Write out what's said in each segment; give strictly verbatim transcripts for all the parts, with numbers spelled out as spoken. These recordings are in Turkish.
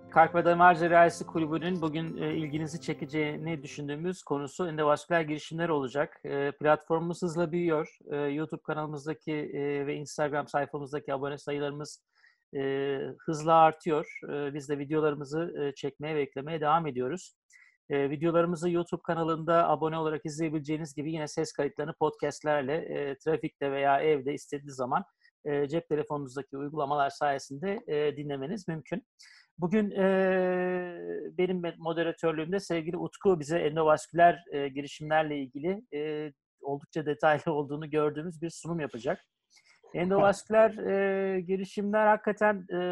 Kalp ve Damar Cerrahisi Kulübü'nün bugün e, ilginizi çekeceğini düşündüğümüz konusu endovasküler girişimler olacak. E, platformumuz hızla büyüyor. E, YouTube kanalımızdaki e, ve Instagram sayfamızdaki abone sayılarımız e, hızla artıyor. E, biz de videolarımızı e, çekmeye ve eklemeye devam ediyoruz. E, videolarımızı YouTube kanalında abone olarak izleyebileceğiniz gibi yine ses kayıtlarını podcastlerle e, trafikte veya evde istediğiniz zaman e, cep telefonunuzdaki uygulamalar sayesinde e, dinlemeniz mümkün. Bugün e, benim moderatörlüğümde sevgili Utku bize endovasküler e, girişimlerle ilgili e, oldukça detaylı olduğunu gördüğümüz bir sunum yapacak. Endovasküler e, girişimler hakikaten e,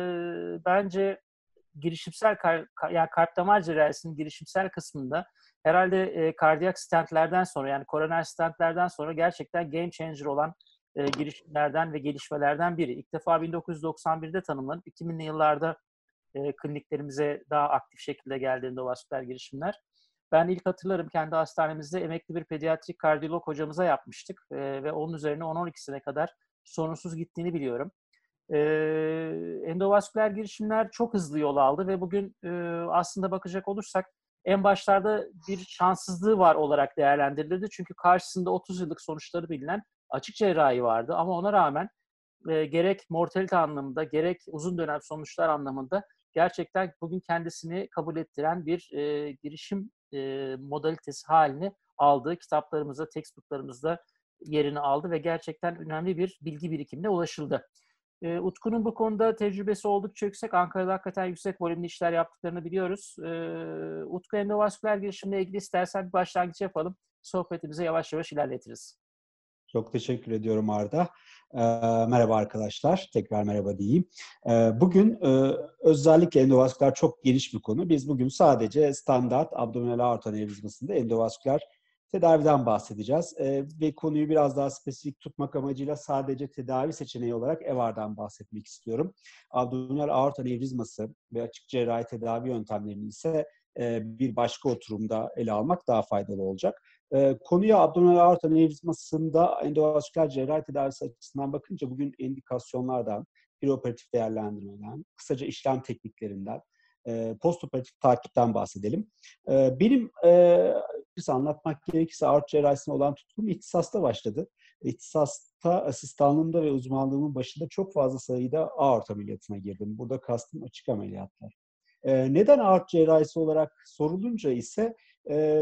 bence girişimsel, kar, yani kalp damar cerrahisinin girişimsel kısmında herhalde e, kardiyak stentlerden sonra yani koroner stentlerden sonra gerçekten game changer olan e, girişimlerden ve gelişmelerden biri. İlk defa bin dokuz yüz doksan birde tanımlanıp iki binli yıllarda e, kliniklerimize daha aktif şekilde geldi endovasküler girişimler. Ben ilk hatırlarım kendi hastanemizde emekli bir pediatrik kardiyolog hocamıza yapmıştık e, ve onun üzerine on on iki sene kadar sorunsuz gittiğini biliyorum. E, endovasküler girişimler çok hızlı yol aldı ve bugün e, aslında bakacak olursak en başlarda bir şanssızlığı var olarak değerlendirilirdi. Çünkü karşısında otuz yıllık sonuçları bilinen açık cerrahi vardı ama ona rağmen e, gerek mortalite anlamında gerek uzun dönem sonuçlar anlamında gerçekten bugün kendisini kabul ettiren bir e, girişim e, modalitesi halini aldı. Kitaplarımızda, textbooklarımızda yerini aldı ve gerçekten önemli bir bilgi birikimine ulaşıldı. E, Utku'nun bu konuda tecrübesi oldukça yüksek. Ankara'da hakikaten yüksek volümlü işler yaptıklarını biliyoruz. E, Utku endovasküler girişimle ilgili istersen bir başlangıç yapalım. Sohbetimize yavaş yavaş ilerletiriz. Çok teşekkür ediyorum Arda. Ee, merhaba arkadaşlar. Tekrar merhaba diyeyim. Ee, bugün e, özellikle endovasküler çok geniş bir konu. Biz bugün sadece standart abdominal aorta anevrizmasında endovasküler tedaviden bahsedeceğiz. Ee, ve konuyu biraz daha spesifik tutmak amacıyla sadece tedavi seçeneği olarak E V A R'dan bahsetmek istiyorum. Abdominal aorta anevrizması ve açık cerrahi tedavi yöntemlerini ise e, bir başka oturumda ele almak daha faydalı olacak. E, konuya abdominal aorta anevrizmasında endovasküler cerrahi tedavisi açısından bakınca bugün indikasyonlardan, preoperatif değerlendirmeden, kısaca işlem tekniklerinden, e, postoperatif takipten bahsedelim. E, benim e, kısa anlatmak gerekirse aorta cerrahisine olan tutkum ihtisasta başladı. İhtisasta asistanlığımda ve uzmanlığımın başında çok fazla sayıda aorta ameliyatına girdim. Burada kastım açık ameliyatlar. E, neden aorta cerrahisi olarak sorulunca ise e,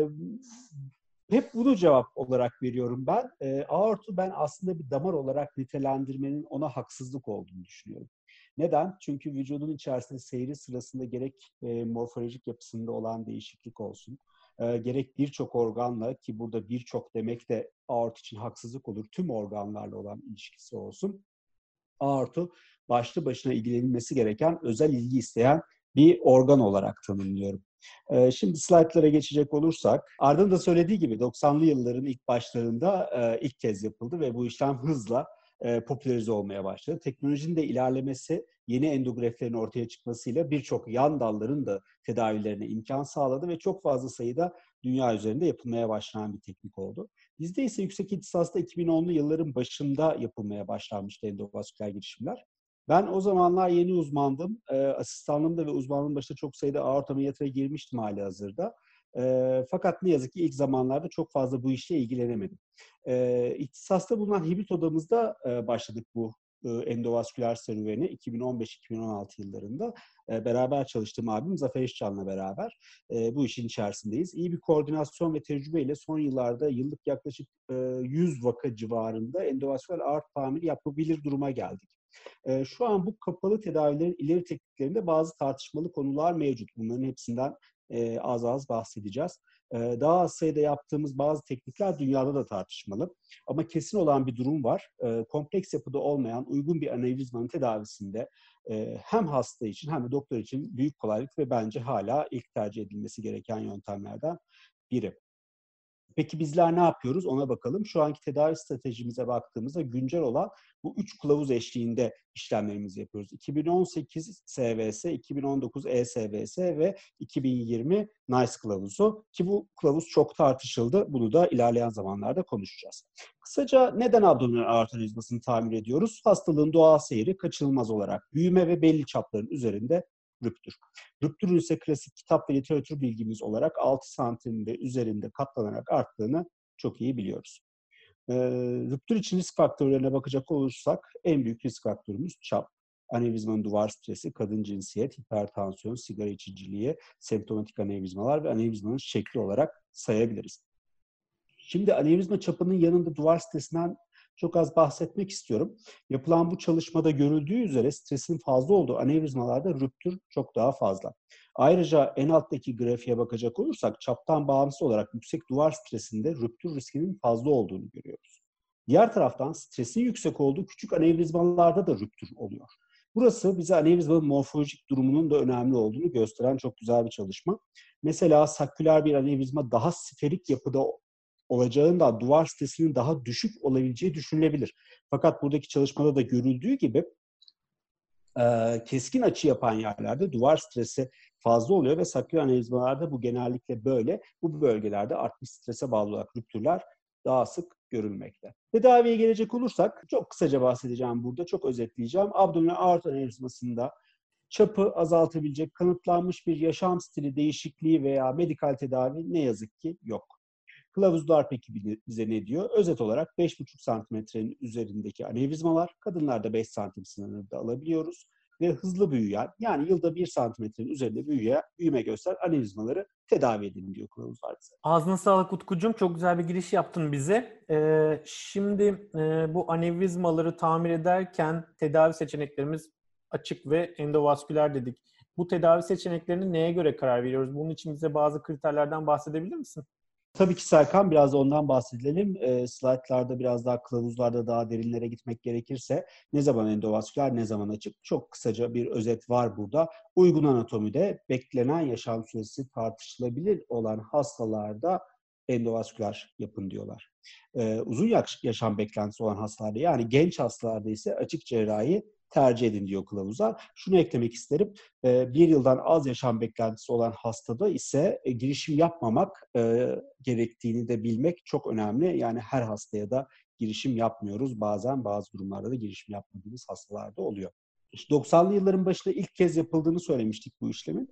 hep bunu cevap olarak veriyorum ben. E, aortu ben aslında bir damar olarak nitelendirmenin ona haksızlık olduğunu düşünüyorum. Neden? Çünkü vücudun içerisinde seyri sırasında gerek e, morfolojik yapısında olan değişiklik olsun, e, gerek birçok organla ki burada birçok demek de aort için haksızlık olur, tüm organlarla olan ilişkisi olsun. Aortu başlı başına ilgilenilmesi gereken, özel ilgi isteyen bir organ olarak tanımlıyorum. Ee, şimdi slaytlara geçecek olursak, Arda'nın da söylediği gibi doksanlı yılların ilk başlarında e, ilk kez yapıldı ve bu işlem hızla e, popülerize olmaya başladı. Teknolojinin de ilerlemesi, yeni endogreflerin ortaya çıkmasıyla birçok yan dalların da tedavilerine imkan sağladı ve çok fazla sayıda dünya üzerinde yapılmaya başlanan bir teknik oldu. Bizde ise yüksek ihtisasta iki bin onlu yılların başında yapılmaya başlanmıştı endovasküler girişimler. Ben o zamanlar yeni uzmandım. E, asistanlığımda ve uzmanlığım başında çok sayıda aorta ameliyatına girmiştim halihazırda. E, fakat ne yazık ki ilk zamanlarda çok fazla bu işle ilgilenemedim. E, ihtisasta bulunan hibrit odamızda e, başladık bu e, endovasküler serüveni iki bin on beş iki bin on altı yıllarında. E, beraber çalıştığım abim Zafer İşcan'la beraber e, bu işin içerisindeyiz. İyi bir koordinasyon ve tecrübeyle son yıllarda yıllık yaklaşık e, yüz vaka civarında endovasküler aort tamiri yapabilir duruma geldik. E, şu an bu kapalı tedavilerin ileri tekniklerinde bazı tartışmalı konular mevcut. Bunların hepsinden e, az az bahsedeceğiz. E, daha az sayıda yaptığımız bazı teknikler dünyada da tartışmalı. Ama kesin olan bir durum var. E, kompleks yapıda olmayan uygun bir anevrizmanın tedavisinde e, hem hasta için hem de doktor için büyük kolaylık ve bence hala ilk tercih edilmesi gereken yöntemlerden biri. Peki bizler ne yapıyoruz? Ona bakalım. Şu anki tedavi stratejimize baktığımızda güncel olan bu üç kılavuz eşliğinde işlemlerimizi yapıyoruz. iki bin on sekiz S V S, iki bin on dokuz E S V S ve iki bin yirmi NICE kılavuzu ki bu kılavuz çok tartışıldı. Bunu da ilerleyen zamanlarda konuşacağız. Kısaca neden abdominal aort anevrizmasını tamir ediyoruz? Hastalığın doğal seyri kaçınılmaz olarak büyüme ve belli çapların üzerinde rüptür. Rüptürün ise klasik kitap ve literatür bilgimiz olarak altı santim ve üzerinde katlanarak arttığını çok iyi biliyoruz. Ee, rüptür için risk faktörlerine bakacak olursak en büyük risk faktörümüz çap. Anevrizmanın duvar stresi, kadın cinsiyet, hipertansiyon, sigara içiciliği, semptomatik anevrizmalar ve anevrizmanın şekli olarak sayabiliriz. Şimdi anevrizma çapının yanında duvar stresinden çok az bahsetmek istiyorum. Yapılan bu çalışmada görüldüğü üzere stresin fazla olduğu anevrizmalarda rüptür çok daha fazla. Ayrıca en alttaki grafiğe bakacak olursak çaptan bağımsız olarak yüksek duvar stresinde rüptür riskinin fazla olduğunu görüyoruz. Diğer taraftan stresin yüksek olduğu küçük anevrizmalarda da rüptür oluyor. Burası bize anevrizmanın morfolojik durumunun da önemli olduğunu gösteren çok güzel bir çalışma. Mesela saküler bir anevrizma daha siferik yapıda olacağından duvar stresinin daha düşük olabileceği düşünülebilir. Fakat buradaki çalışmada da görüldüğü gibi e, keskin açı yapan yerlerde duvar stresi fazla oluyor ve saküler anevrizmalarda bu genellikle böyle. Bu bölgelerde artmış strese bağlı olarak rüptürler daha sık görülmekte. Tedaviye gelecek olursak çok kısaca bahsedeceğim burada, çok özetleyeceğim. Abdominal aort anevrizmasında çapı azaltabilecek kanıtlanmış bir yaşam stili değişikliği veya medikal tedavi ne yazık ki yok. Kılavuzlar peki bize ne diyor? Özet olarak beş buçuk santimetrenin üzerindeki anevrizmalar, kadınlarda beş santim sınırında alabiliyoruz ve hızlı büyüyen, yani yılda bir santimetrenin üzerinde büyüye, büyüme gösteren anevrizmaları tedavi edin diyor kılavuzlar bize. Ağzına sağlık Utkucuğum. Çok güzel bir giriş yaptın bize. Ee, şimdi e, bu anevrizmaları tamir ederken tedavi seçeneklerimiz açık ve endovasküler dedik. Bu tedavi seçeneklerini neye göre karar veriyoruz? Bunun için bize bazı kriterlerden bahsedebilir misin? Tabii ki Serkan, biraz da ondan bahsedelim. E, slaytlarda biraz daha, kılavuzlarda daha derinlere gitmek gerekirse ne zaman endovasküler, ne zaman açık? Çok kısaca bir özet var burada. Uygun anatomide beklenen yaşam süresi tartışılabilir olan hastalarda endovasküler yapın diyorlar. E, uzun yaşam beklentisi olan hastalarda, yani genç hastalarda ise açık cerrahi tercih edin diyor kılavuzlar. Şunu eklemek isterim. Bir yıldan az yaşam beklentisi olan hastada ise girişim yapmamak gerektiğini de bilmek çok önemli. Yani her hastaya da girişim yapmıyoruz. Bazen bazı durumlarda da girişim yapmadığımız hastalarda oluyor. İşte doksanlı yılların başında ilk kez yapıldığını söylemiştik bu işlemin.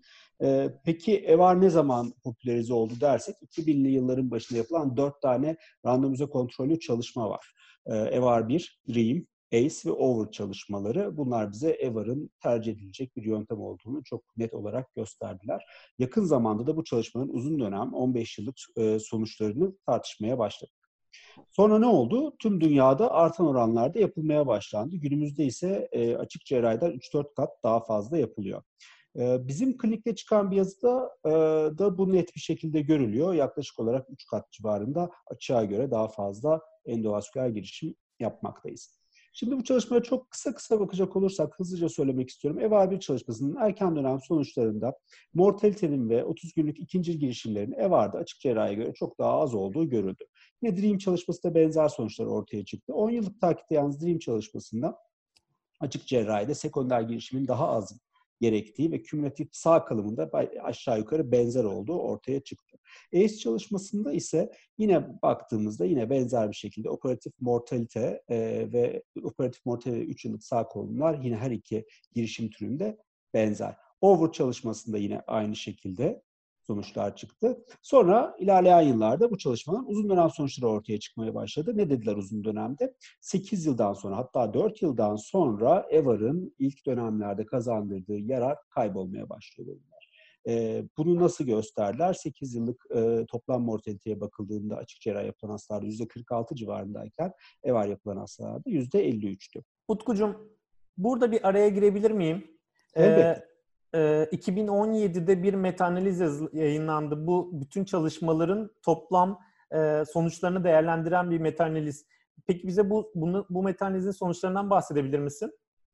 Peki E V A R ne zaman popülerize oldu dersek, iki binli yılların başında yapılan dört tane randomize kontrollü çalışma var. E V A R bir, DREAM, ACE ve OVER çalışmaları, bunlar bize E V A R'ın tercih edilecek bir yöntem olduğunu çok net olarak gösterdiler. Yakın zamanda da bu çalışmanın uzun dönem on beş yıllık sonuçlarını tartışmaya başladık. Sonra ne oldu? Tüm dünyada artan oranlarda yapılmaya başlandı. Günümüzde ise açık cerrahiden üç dört kat daha fazla yapılıyor. Bizim klinikte çıkan bir yazıda da bu net bir şekilde görülüyor. Yaklaşık olarak üç kat civarında açığa göre daha fazla endovasküler girişim yapmaktayız. Şimdi bu çalışmaya çok kısa kısa bakacak olursak hızlıca söylemek istiyorum. E V A R bir çalışmasının erken dönem sonuçlarında mortalitenin ve otuz günlük ikinci girişimlerin E V A R'da açık cerrahiye göre çok daha az olduğu görüldü. Yine DREAM çalışmasında benzer sonuçlar ortaya çıktı. on yıllık takipte yalnız DREAM çalışmasında açık cerrahide sekonder girişimin daha az gerektiği ve kümülatif sağ kalımında aşağı yukarı benzer olduğu ortaya çıktı. ACE çalışmasında ise yine baktığımızda yine benzer bir şekilde operatif mortalite e, ve operatif mortalite üç yıllık sağ kolumlar yine her iki girişim türünde benzer. OVER çalışmasında yine aynı şekilde sonuçlar çıktı. Sonra ilerleyen yıllarda bu çalışmaların uzun dönem sonuçları ortaya çıkmaya başladı. Ne dediler uzun dönemde? sekiz yıldan sonra, hatta dört yıldan sonra E V A R'ın ilk dönemlerde kazandırdığı yarar kaybolmaya başlıyor dediler. Ee, bunu nasıl gösterdiler? sekiz yıllık e, toplam mortaliteye bakıldığında açık cerrahi yapılan hastalarda yüzde kırk altı civarındayken E V A R yapılan hastalarda yüzde elli üçtü. Utkucuğum, burada bir araya girebilir miyim? Elbette. Ee, iki bin on yedide bir meta-analiz yayınlandı. Bu bütün çalışmaların toplam e, sonuçlarını değerlendiren bir meta-analiz. Peki bize bu bunu bu meta-analizin sonuçlarından bahsedebilir misin?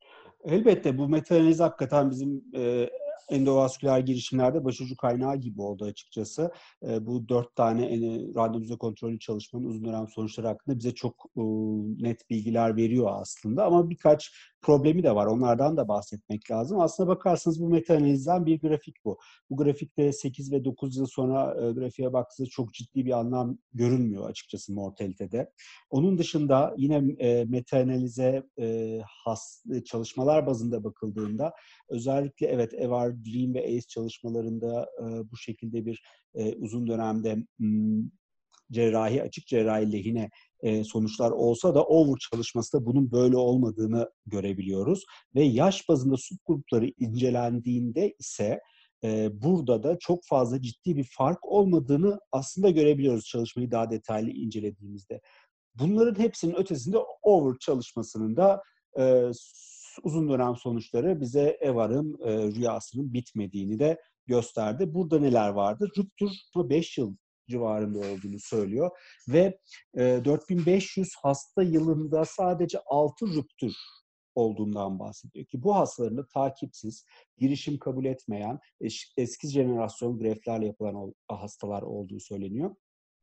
Elbette bu meta-analiz hakikaten bizim e, endovasküler girişimlerde başucu kaynağı gibi oldu açıkçası. E, bu dört tane en, randomize kontrollü çalışmanın uzun dönem sonuçları hakkında bize çok e, net bilgiler veriyor aslında. Ama birkaç problemi de var. Onlardan da bahsetmek lazım. Aslına bakarsanız bu meta-analizden bir grafik bu. Bu grafikte sekiz ve dokuz yıl sonra e, grafiğe baktığınızda çok ciddi bir anlam görünmüyor açıkçası mortalitede. Onun dışında yine e, meta-analize e, has, çalışmalar bazında bakıldığında özellikle evet E V A R, DREAM ve ACE çalışmalarında e, bu şekilde bir e, uzun dönemde m, cerrahi, açık cerrahi lehine e, sonuçlar olsa da over çalışması da bunun böyle olmadığını görebiliyoruz. Ve yaş bazında subgrupları incelendiğinde ise e, burada da çok fazla ciddi bir fark olmadığını aslında görebiliyoruz çalışmayı daha detaylı incelediğimizde. Bunların hepsinin ötesinde over çalışmasının da e, uzun dönem sonuçları bize E V A R'ın e, rüyasının bitmediğini de gösterdi. Burada neler vardı? Ruptur beş yıl civarında olduğunu söylüyor ve e, dört bin beş yüz hasta yılında sadece altı ruptur olduğundan bahsediyor ki bu hastaların da takipsiz, girişim kabul etmeyen, eski jenerasyon graftlerle yapılan hastalar olduğu söyleniyor.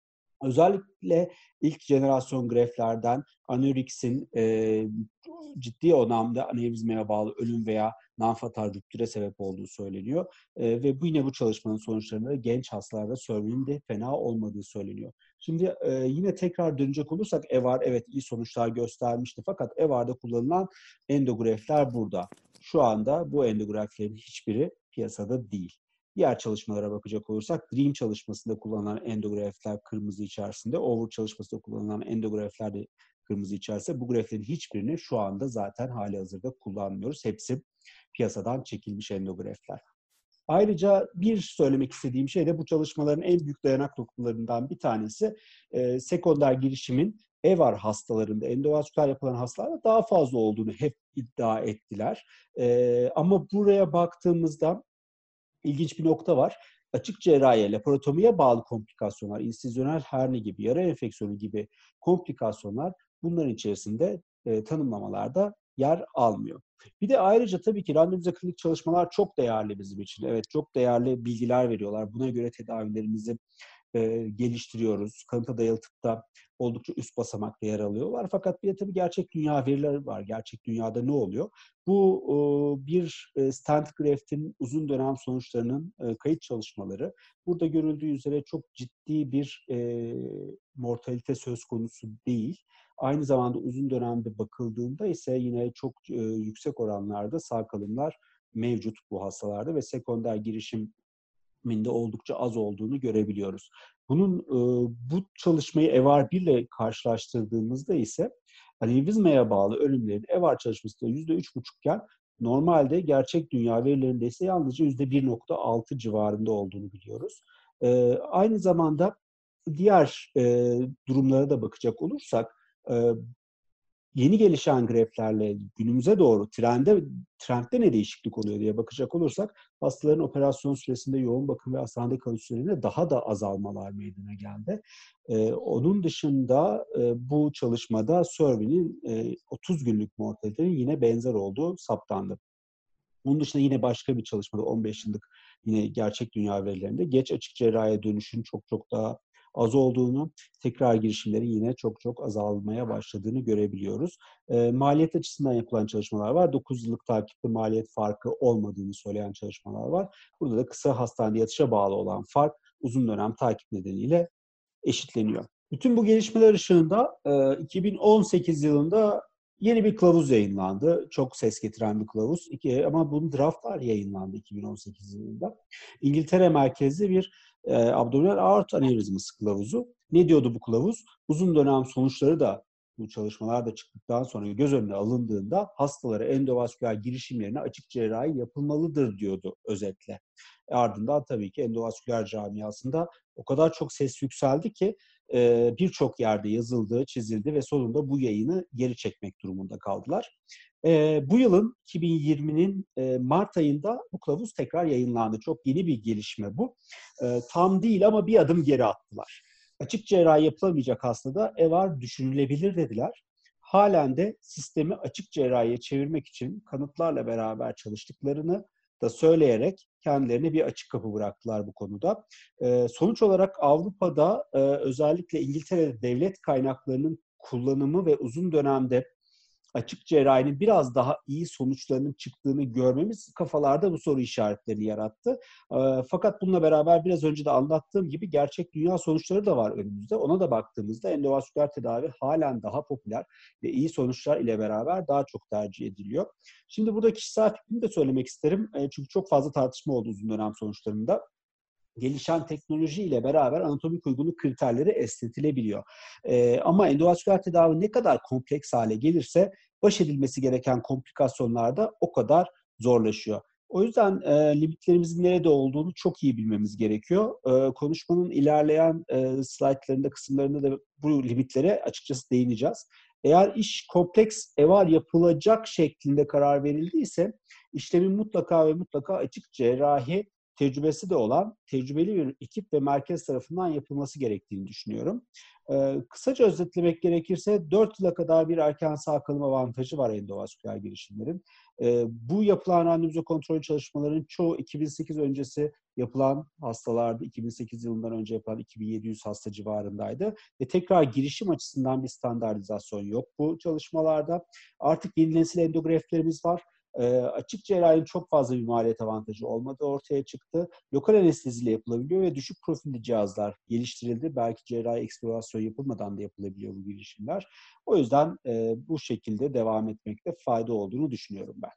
Özellikle ilk jenerasyon graftlerden anöriksin e, ciddi anlamda anevrizmaya bağlı ölüm veya non-fatal rüptüre sebep olduğu söyleniyor. E, ve bu yine bu çalışmanın sonuçlarında genç hastalarda sörvinin de fena olmadığı söyleniyor. Şimdi e, yine tekrar dönecek olursak E V A R evet iyi sonuçlar göstermişti fakat E V A R'da kullanılan endograftler burada. Şu anda bu endograftlerin hiçbiri piyasada değil. Diğer çalışmalara bakacak olursak DREAM çalışmasında kullanılan endograftler kırmızı içerisinde, OVER çalışmasında kullanılan endograftler de kırmızı içerisinde. Bu graftlerin hiçbirini şu anda zaten hali hazırda kullanmıyoruz. Hepsi piyasadan çekilmiş endograftler. Ayrıca bir söylemek istediğim şey de bu çalışmaların en büyük dayanak noktalarından bir tanesi e, sekonder girişimin E V A R hastalarında, endovasküler yapılan hastalarda daha fazla olduğunu hep iddia ettiler. E, ama buraya baktığımızda İlginç bir nokta var. Açık cerrahiye, laparotomiye bağlı komplikasyonlar, insizyonel hernia gibi, yara enfeksiyonu gibi komplikasyonlar bunların içerisinde e, tanımlamalarda yer almıyor. Bir de ayrıca tabii ki randomize klinik çalışmalar çok değerli bizim için. Evet, çok değerli bilgiler veriyorlar. Buna göre tedavilerimizi e, geliştiriyoruz. Kanıta dayalı tıpta oldukça üst basamakta yer alıyorlar. Fakat bir de tabii gerçek dünya verileri var. Gerçek dünyada ne oluyor? Bu e, bir e, stent graft'in uzun dönem sonuçlarının e, kayıt çalışmaları. Burada görüldüğü üzere çok ciddi bir e, mortalite söz konusu değil. Aynı zamanda uzun dönemde bakıldığında ise yine çok e, yüksek oranlarda sağ kalımlar mevcut bu hastalarda ve sekonder girişim de oldukça az olduğunu görebiliyoruz. Bunun e, bu çalışmayı E V A R bir ile karşılaştırdığımızda ise anevrizmaya bağlı ölümlerin E V A R çalışmasında yüzde üç buçukken normalde gerçek dünya verilerinde ise yalnızca yüzde bir nokta altı civarında olduğunu biliyoruz. E, aynı zamanda diğer e, durumlara da bakacak olursak e, yeni gelişen graftlerle günümüze doğru trende, trendde ne değişiklik oluyor diye bakacak olursak hastaların operasyon süresinde yoğun bakım ve hastanede kalış sürelerinde daha da azalmalar meydana geldi. Ee, onun dışında e, bu çalışmada sörvinin e, otuz günlük mortalitenin yine benzer olduğu saptandı. Onun dışında yine başka bir çalışmada on beş yıllık yine gerçek dünya verilerinde geç açık cerrahiye dönüşün çok çok daha az olduğunu, tekrar girişimlerin yine çok çok azalmaya başladığını görebiliyoruz. E, maliyet açısından yapılan çalışmalar var. dokuz yıllık takipte maliyet farkı olmadığını söyleyen çalışmalar var. Burada da kısa hastanede yatışa bağlı olan fark uzun dönem takip nedeniyle eşitleniyor. Bütün bu gelişmeler ışığında e, iki bin on sekiz yılında yeni bir kılavuz yayınlandı. Çok ses getiren bir kılavuz. İki, ama bunun draftlar yayınlandı iki bin on sekiz yılında. İngiltere merkezli bir e, abdominal aort anevrizması kılavuzu. Ne diyordu bu kılavuz? Uzun dönem sonuçları da bu çalışmalar da çıktıktan sonra göz önüne alındığında hastalara endovasküler girişimlerine açık cerrahi yapılmalıdır diyordu özetle. Ardından tabii ki endovasküler camiasında o kadar çok ses yükseldi ki e, birçok yerde yazıldı, çizildi ve sonunda bu yayını geri çekmek durumunda kaldılar. E, bu yılın iki bin yirminin e, Mart ayında bu kılavuz tekrar yayınlandı. Çok yeni bir gelişme bu. E, tam değil ama bir adım geri attılar. Açık cerrahi yapılamayacak hastada E V A R düşünülebilir dediler. Halen de sistemi açık cerrahiye çevirmek için kanıtlarla beraber çalıştıklarını da söyleyerek kendilerine bir açık kapı bıraktılar bu konuda. Ee, sonuç olarak Avrupa'da e, özellikle İngiltere'de devlet kaynaklarının kullanımı ve uzun dönemde açık cerrahinin biraz daha iyi sonuçlarının çıktığını görmemiz kafalarda bu soru işaretlerini yarattı. Fakat bununla beraber biraz önce de anlattığım gibi gerçek dünya sonuçları da var önümüzde. Ona da baktığımızda endovasküler tedavi halen daha popüler ve iyi sonuçlar ile beraber daha çok tercih ediliyor. Şimdi burada kişisel fikrimi de söylemek isterim. Çünkü çok fazla tartışma oldu uzun dönem sonuçlarında. Gelişen teknoloji ile beraber anatomik uygunluk kriterleri esnetilebiliyor. Ee, ama endovasküler tedavi ne kadar kompleks hale gelirse baş edilmesi gereken komplikasyonlar da o kadar zorlaşıyor. O yüzden e, limitlerimizin nerede olduğunu çok iyi bilmemiz gerekiyor. E, konuşmanın ilerleyen e, slaytlarında, kısımlarında da bu limitlere açıkçası değineceğiz. Eğer iş kompleks, eval yapılacak şeklinde karar verildiyse işlemin mutlaka ve mutlaka açık cerrahi tecrübesi de olan tecrübeli bir ekip ve merkez tarafından yapılması gerektiğini düşünüyorum. Ee, kısaca özetlemek gerekirse dört yıla kadar bir erken sağ kalım avantajı var endovasküler girişimlerin. Ee, bu yapılan randomize kontrol çalışmalarının çoğu iki bin sekiz öncesi yapılan hastalardı. iki bin sekiz yılından önce yapılan iki bin yedi yüz hasta civarındaydı. Ve tekrar girişim açısından bir standartizasyon yok bu çalışmalarda. Artık yeni nesil endograflerimiz var. E, açık cerrahinin çok fazla bir maliyet avantajı olmadığı ortaya çıktı. Lokal anesteziyle yapılabiliyor ve düşük profilli cihazlar geliştirildi. Belki cerrahi eksplorasyon yapılmadan da yapılabiliyor bu girişimler. O yüzden e, bu şekilde devam etmekte fayda olduğunu düşünüyorum ben.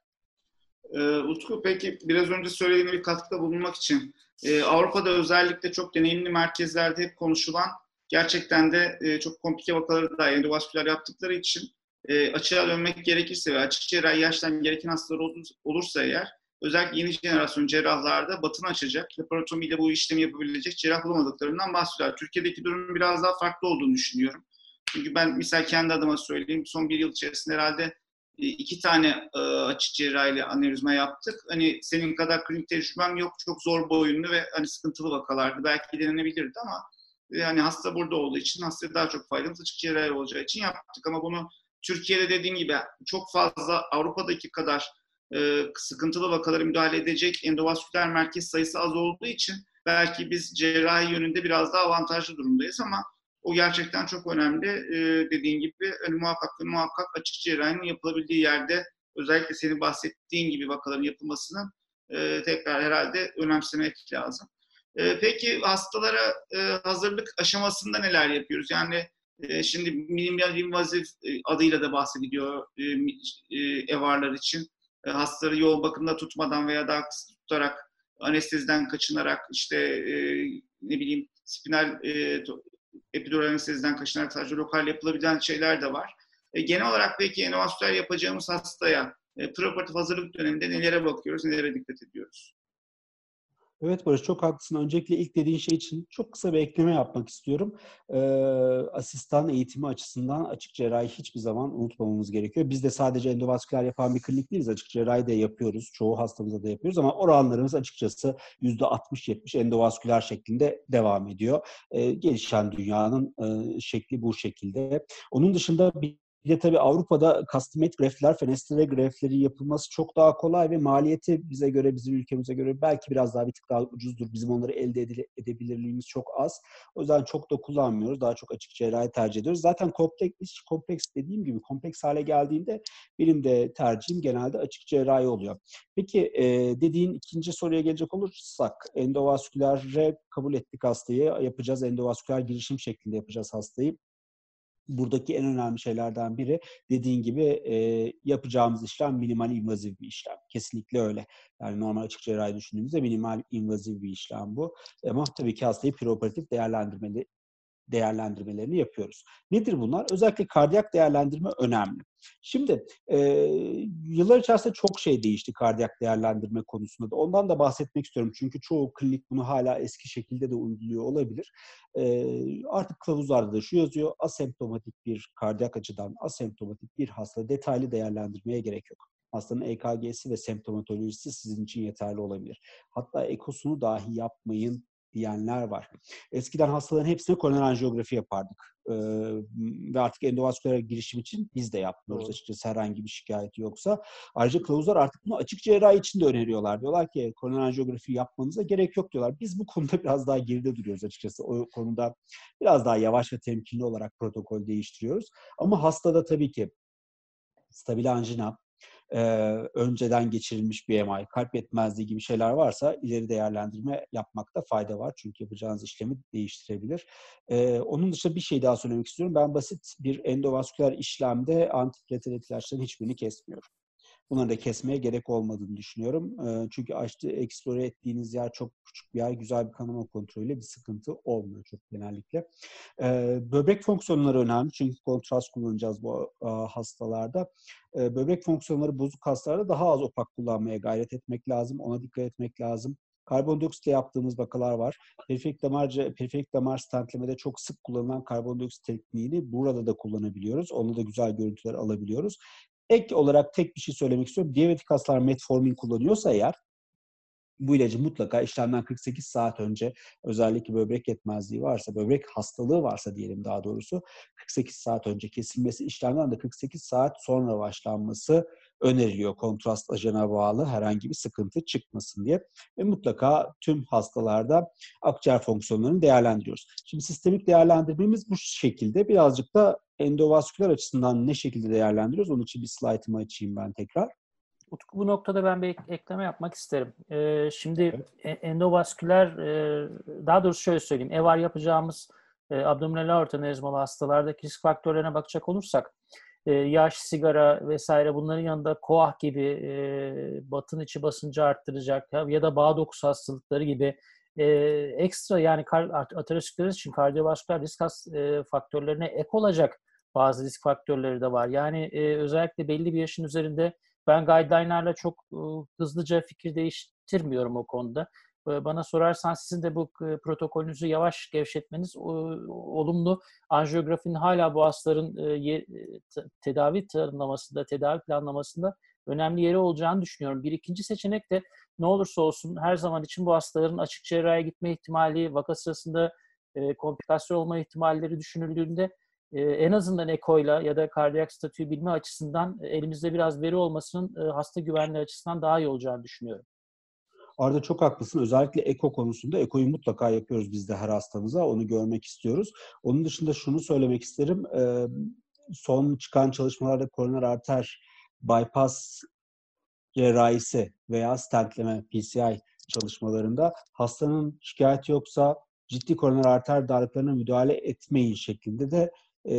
Ee, Utku, peki biraz önce söylediğine bir katkıda bulunmak için e, Avrupa'da özellikle çok deneyimli merkezlerde hep konuşulan, gerçekten de e, çok komplike vakaları da endovasküler yaptıkları için e, açığa dönmek gerekirse ve açık cerrahi yaştan gereken hastalar olur, olursa eğer özellikle yeni jenerasyon cerrahlarda batını açacak, laparotomiyle bu işlemi yapabilecek cerrah bulamadıklarından bahsediyorlar. Türkiye'deki durum biraz daha farklı olduğunu düşünüyorum. Çünkü ben misal kendi adıma söyleyeyim, son bir yıl içerisinde herhalde iki tane e, açık cerrahiyle anevrizma yaptık. Hani senin kadar klinik tecrübem yok. Çok zor boyunlu ve hani sıkıntılı vakalardı. Belki denenebilirdi ama yani hasta burada olduğu için, hastaya daha çok faydamız açık cerrahi olacağı için yaptık. Ama bunu Türkiye'de dediğim gibi çok fazla Avrupa'daki kadar e, sıkıntılı vakalara müdahale edecek endovasküler merkez sayısı az olduğu için belki biz cerrahi yönünde biraz daha avantajlı durumdayız ama o gerçekten çok önemli. Ee, dediğin gibi hani muhakkak ve muhakkak açık cerrahinin yapılabildiği yerde özellikle senin bahsettiğin gibi vakaların yapılmasını e, tekrar herhalde önemsemek lazım. E, peki hastalara e, hazırlık aşamasında neler yapıyoruz? Yani e, şimdi minimal invazif e, adıyla da bahsediliyor e, e, M R'lar için. E, hastaları yoğun bakımda tutmadan veya daha kısa tutarak, anesteziden kaçınarak, işte e, ne bileyim spinal e, epidural anesteziden kaçınarak sadece lokal yapılabilen şeyler de var. E, genel olarak peki endovasküler yapacağımız hastaya e, preoperatif hazırlık döneminde nelere bakıyoruz, nelere dikkat ediyoruz? Evet Barış, çok haklısın. Öncelikle ilk dediğin şey için çok kısa bir ekleme yapmak istiyorum. Ee, asistan eğitimi açısından açık cerrahi hiçbir zaman unutmamamız gerekiyor. Biz de sadece endovasküler yapan bir klinik değiliz. Açık cerrahi de yapıyoruz. Çoğu hastamıza da yapıyoruz ama oranlarımız açıkçası yüzde altmış yetmiş endovasküler şeklinde devam ediyor. Ee, gelişen dünyanın e, şekli bu şekilde. Onun dışında bir Bir de tabii Avrupa'da custom made graftler, fenestre graftleri yapılması çok daha kolay ve maliyeti bize göre, bizim ülkemize göre belki biraz daha bir tık daha ucuzdur. Bizim onları elde edebilirliğimiz çok az. O yüzden çok da kullanmıyoruz. Daha çok açık cerrahi tercih ediyoruz. Zaten kompleks, kompleks dediğim gibi kompleks hale geldiğinde benim de tercihim genelde açık cerrahi oluyor. Peki e, dediğin ikinci soruya gelecek olursak, endovaskülere kabul ettik hastayı. Yapacağız, endovasküler girişim şeklinde yapacağız hastayı. Buradaki en önemli şeylerden biri dediğin gibi e, yapacağımız işlem minimal invazif bir işlem. Kesinlikle öyle. Yani normal açık cerrahi düşündüğümüzde minimal invazif bir işlem bu. Ama tabii ki hastayı preoperatif değerlendirmeli, değerlendirmelerini yapıyoruz. Nedir bunlar? Özellikle kardiyak değerlendirme önemli. Şimdi e, yıllar içerisinde çok şey değişti kardiyak değerlendirme konusunda da. Ondan da bahsetmek istiyorum. Çünkü çoğu klinik bunu hala eski şekilde de uyguluyor olabilir. E, artık kılavuzlarda da şu yazıyor. Asemptomatik bir kardiyak açıdan asemptomatik bir hasta detaylı değerlendirmeye gerek yok. Hastanın E K G'si ve semptomatolojisi sizin için yeterli olabilir. Hatta ekosunu dahi yapmayın diyenler var. Eskiden hastaların hepsine koroner anjiyografi yapardık. Ee, ve artık endovasküler girişim için biz de yapmıyoruz Doğru. açıkçası herhangi bir şikayeti yoksa. Ayrıca kılavuzlar artık bunu açık cerrahi için de öneriyorlar. Diyorlar ki koroner anjiyografi yapmanıza gerek yok diyorlar. Biz bu konuda biraz daha geride duruyoruz açıkçası. O konuda biraz daha yavaş ve temkinli olarak protokol değiştiriyoruz. Ama hastada tabii ki stabil anjina, e, önceden geçirilmiş B M I, kalp yetmezliği gibi şeyler varsa ileri değerlendirme yapmakta fayda var. Çünkü yapacağınız işlemi değiştirebilir. E, onun dışında bir şey daha söylemek istiyorum. Ben basit bir endovasküler işlemde antiplatelet ilaçlarının hiçbirini kesmiyorum. Bunları da kesmeye gerek olmadığını düşünüyorum. Çünkü açtığı, eksplore ettiğiniz yer çok küçük bir yer. Güzel bir kanama kontrolüyle bir sıkıntı olmuyor çok genellikle. Böbrek fonksiyonları önemli. Çünkü kontrast kullanacağız bu hastalarda. Böbrek fonksiyonları bozuk hastalarda daha az opak kullanmaya gayret etmek lazım. Ona dikkat etmek lazım. Karbondioksitle yaptığımız vakalar var. Periferik damar, periferik damar stentlemede çok sık kullanılan karbondioksit tekniğini burada da kullanabiliyoruz. Onda da güzel görüntüler alabiliyoruz. Ek olarak tek bir şey söylemek istiyorum. Diyabetik hastalar metformin kullanıyorsa eğer, bu ilacı mutlaka işlemden kırk sekiz saat önce, özellikle böbrek yetmezliği varsa, böbrek hastalığı varsa diyelim daha doğrusu, kırk sekiz saat önce kesilmesi, işlemden de kırk sekiz saat sonra başlanması öneriliyor. Kontrast ajana bağlı herhangi bir sıkıntı çıkmasın diye. Ve mutlaka tüm hastalarda akciğer fonksiyonlarını değerlendiriyoruz. Şimdi sistemik değerlendirmemiz bu şekilde. Birazcık da endovasküler açısından ne şekilde değerlendiriyoruz? Onun için bir slaytımı açayım ben tekrar. Utku, bu noktada ben bir ek- ekleme yapmak isterim. Ee, şimdi evet. endovasküler, e, daha doğrusu şöyle söyleyeyim, E V A R yapacağımız e, abdominal aorta anevrizmalı hastalardaki risk faktörlerine bakacak olursak, e, yaş, sigara vesaire, bunların yanında K O A H gibi e, batın içi basıncı arttıracak ya, ya da bağ dokusu hastalıkları gibi e, ekstra, yani ateroskleroz için kardiyovasküler risk has, e, faktörlerine ek olacak bazı risk faktörleri de var. Yani e, özellikle belli bir yaşın üzerinde ben guideline'larla çok uh, hızlıca fikir değiştirmiyorum o konuda. Uh, bana sorarsan sizin de bu uh, protokolünüzü yavaş gevşetmeniz uh, olumlu. Anjiyografinin hala bu hastaların uh, ye, t- tedavi tanımlamasında, tedavi planlamasında önemli yeri olacağını düşünüyorum. Bir ikinci seçenek de ne olursa olsun her zaman için bu hastaların açık cerrahiye gitme ihtimali, vaka sırasında uh, komplikasyon olma ihtimalleri düşünüldüğünde Ee, en azından ekoyla ya da kardiyak statüyü bilme açısından elimizde biraz veri olmasının e, hasta güvenliği açısından daha iyi olacağını düşünüyorum. Arda çok haklısın. Özellikle eko konusunda ekoyu mutlaka yapıyoruz biz de her hastamıza. Onu görmek istiyoruz. Onun dışında şunu söylemek isterim. Ee, son çıkan çalışmalarda koroner arter bypass cerrahisi veya stentleme P C I çalışmalarında hastanın şikayeti yoksa ciddi koroner arter darlıklarına müdahale etmeyin şeklinde de e,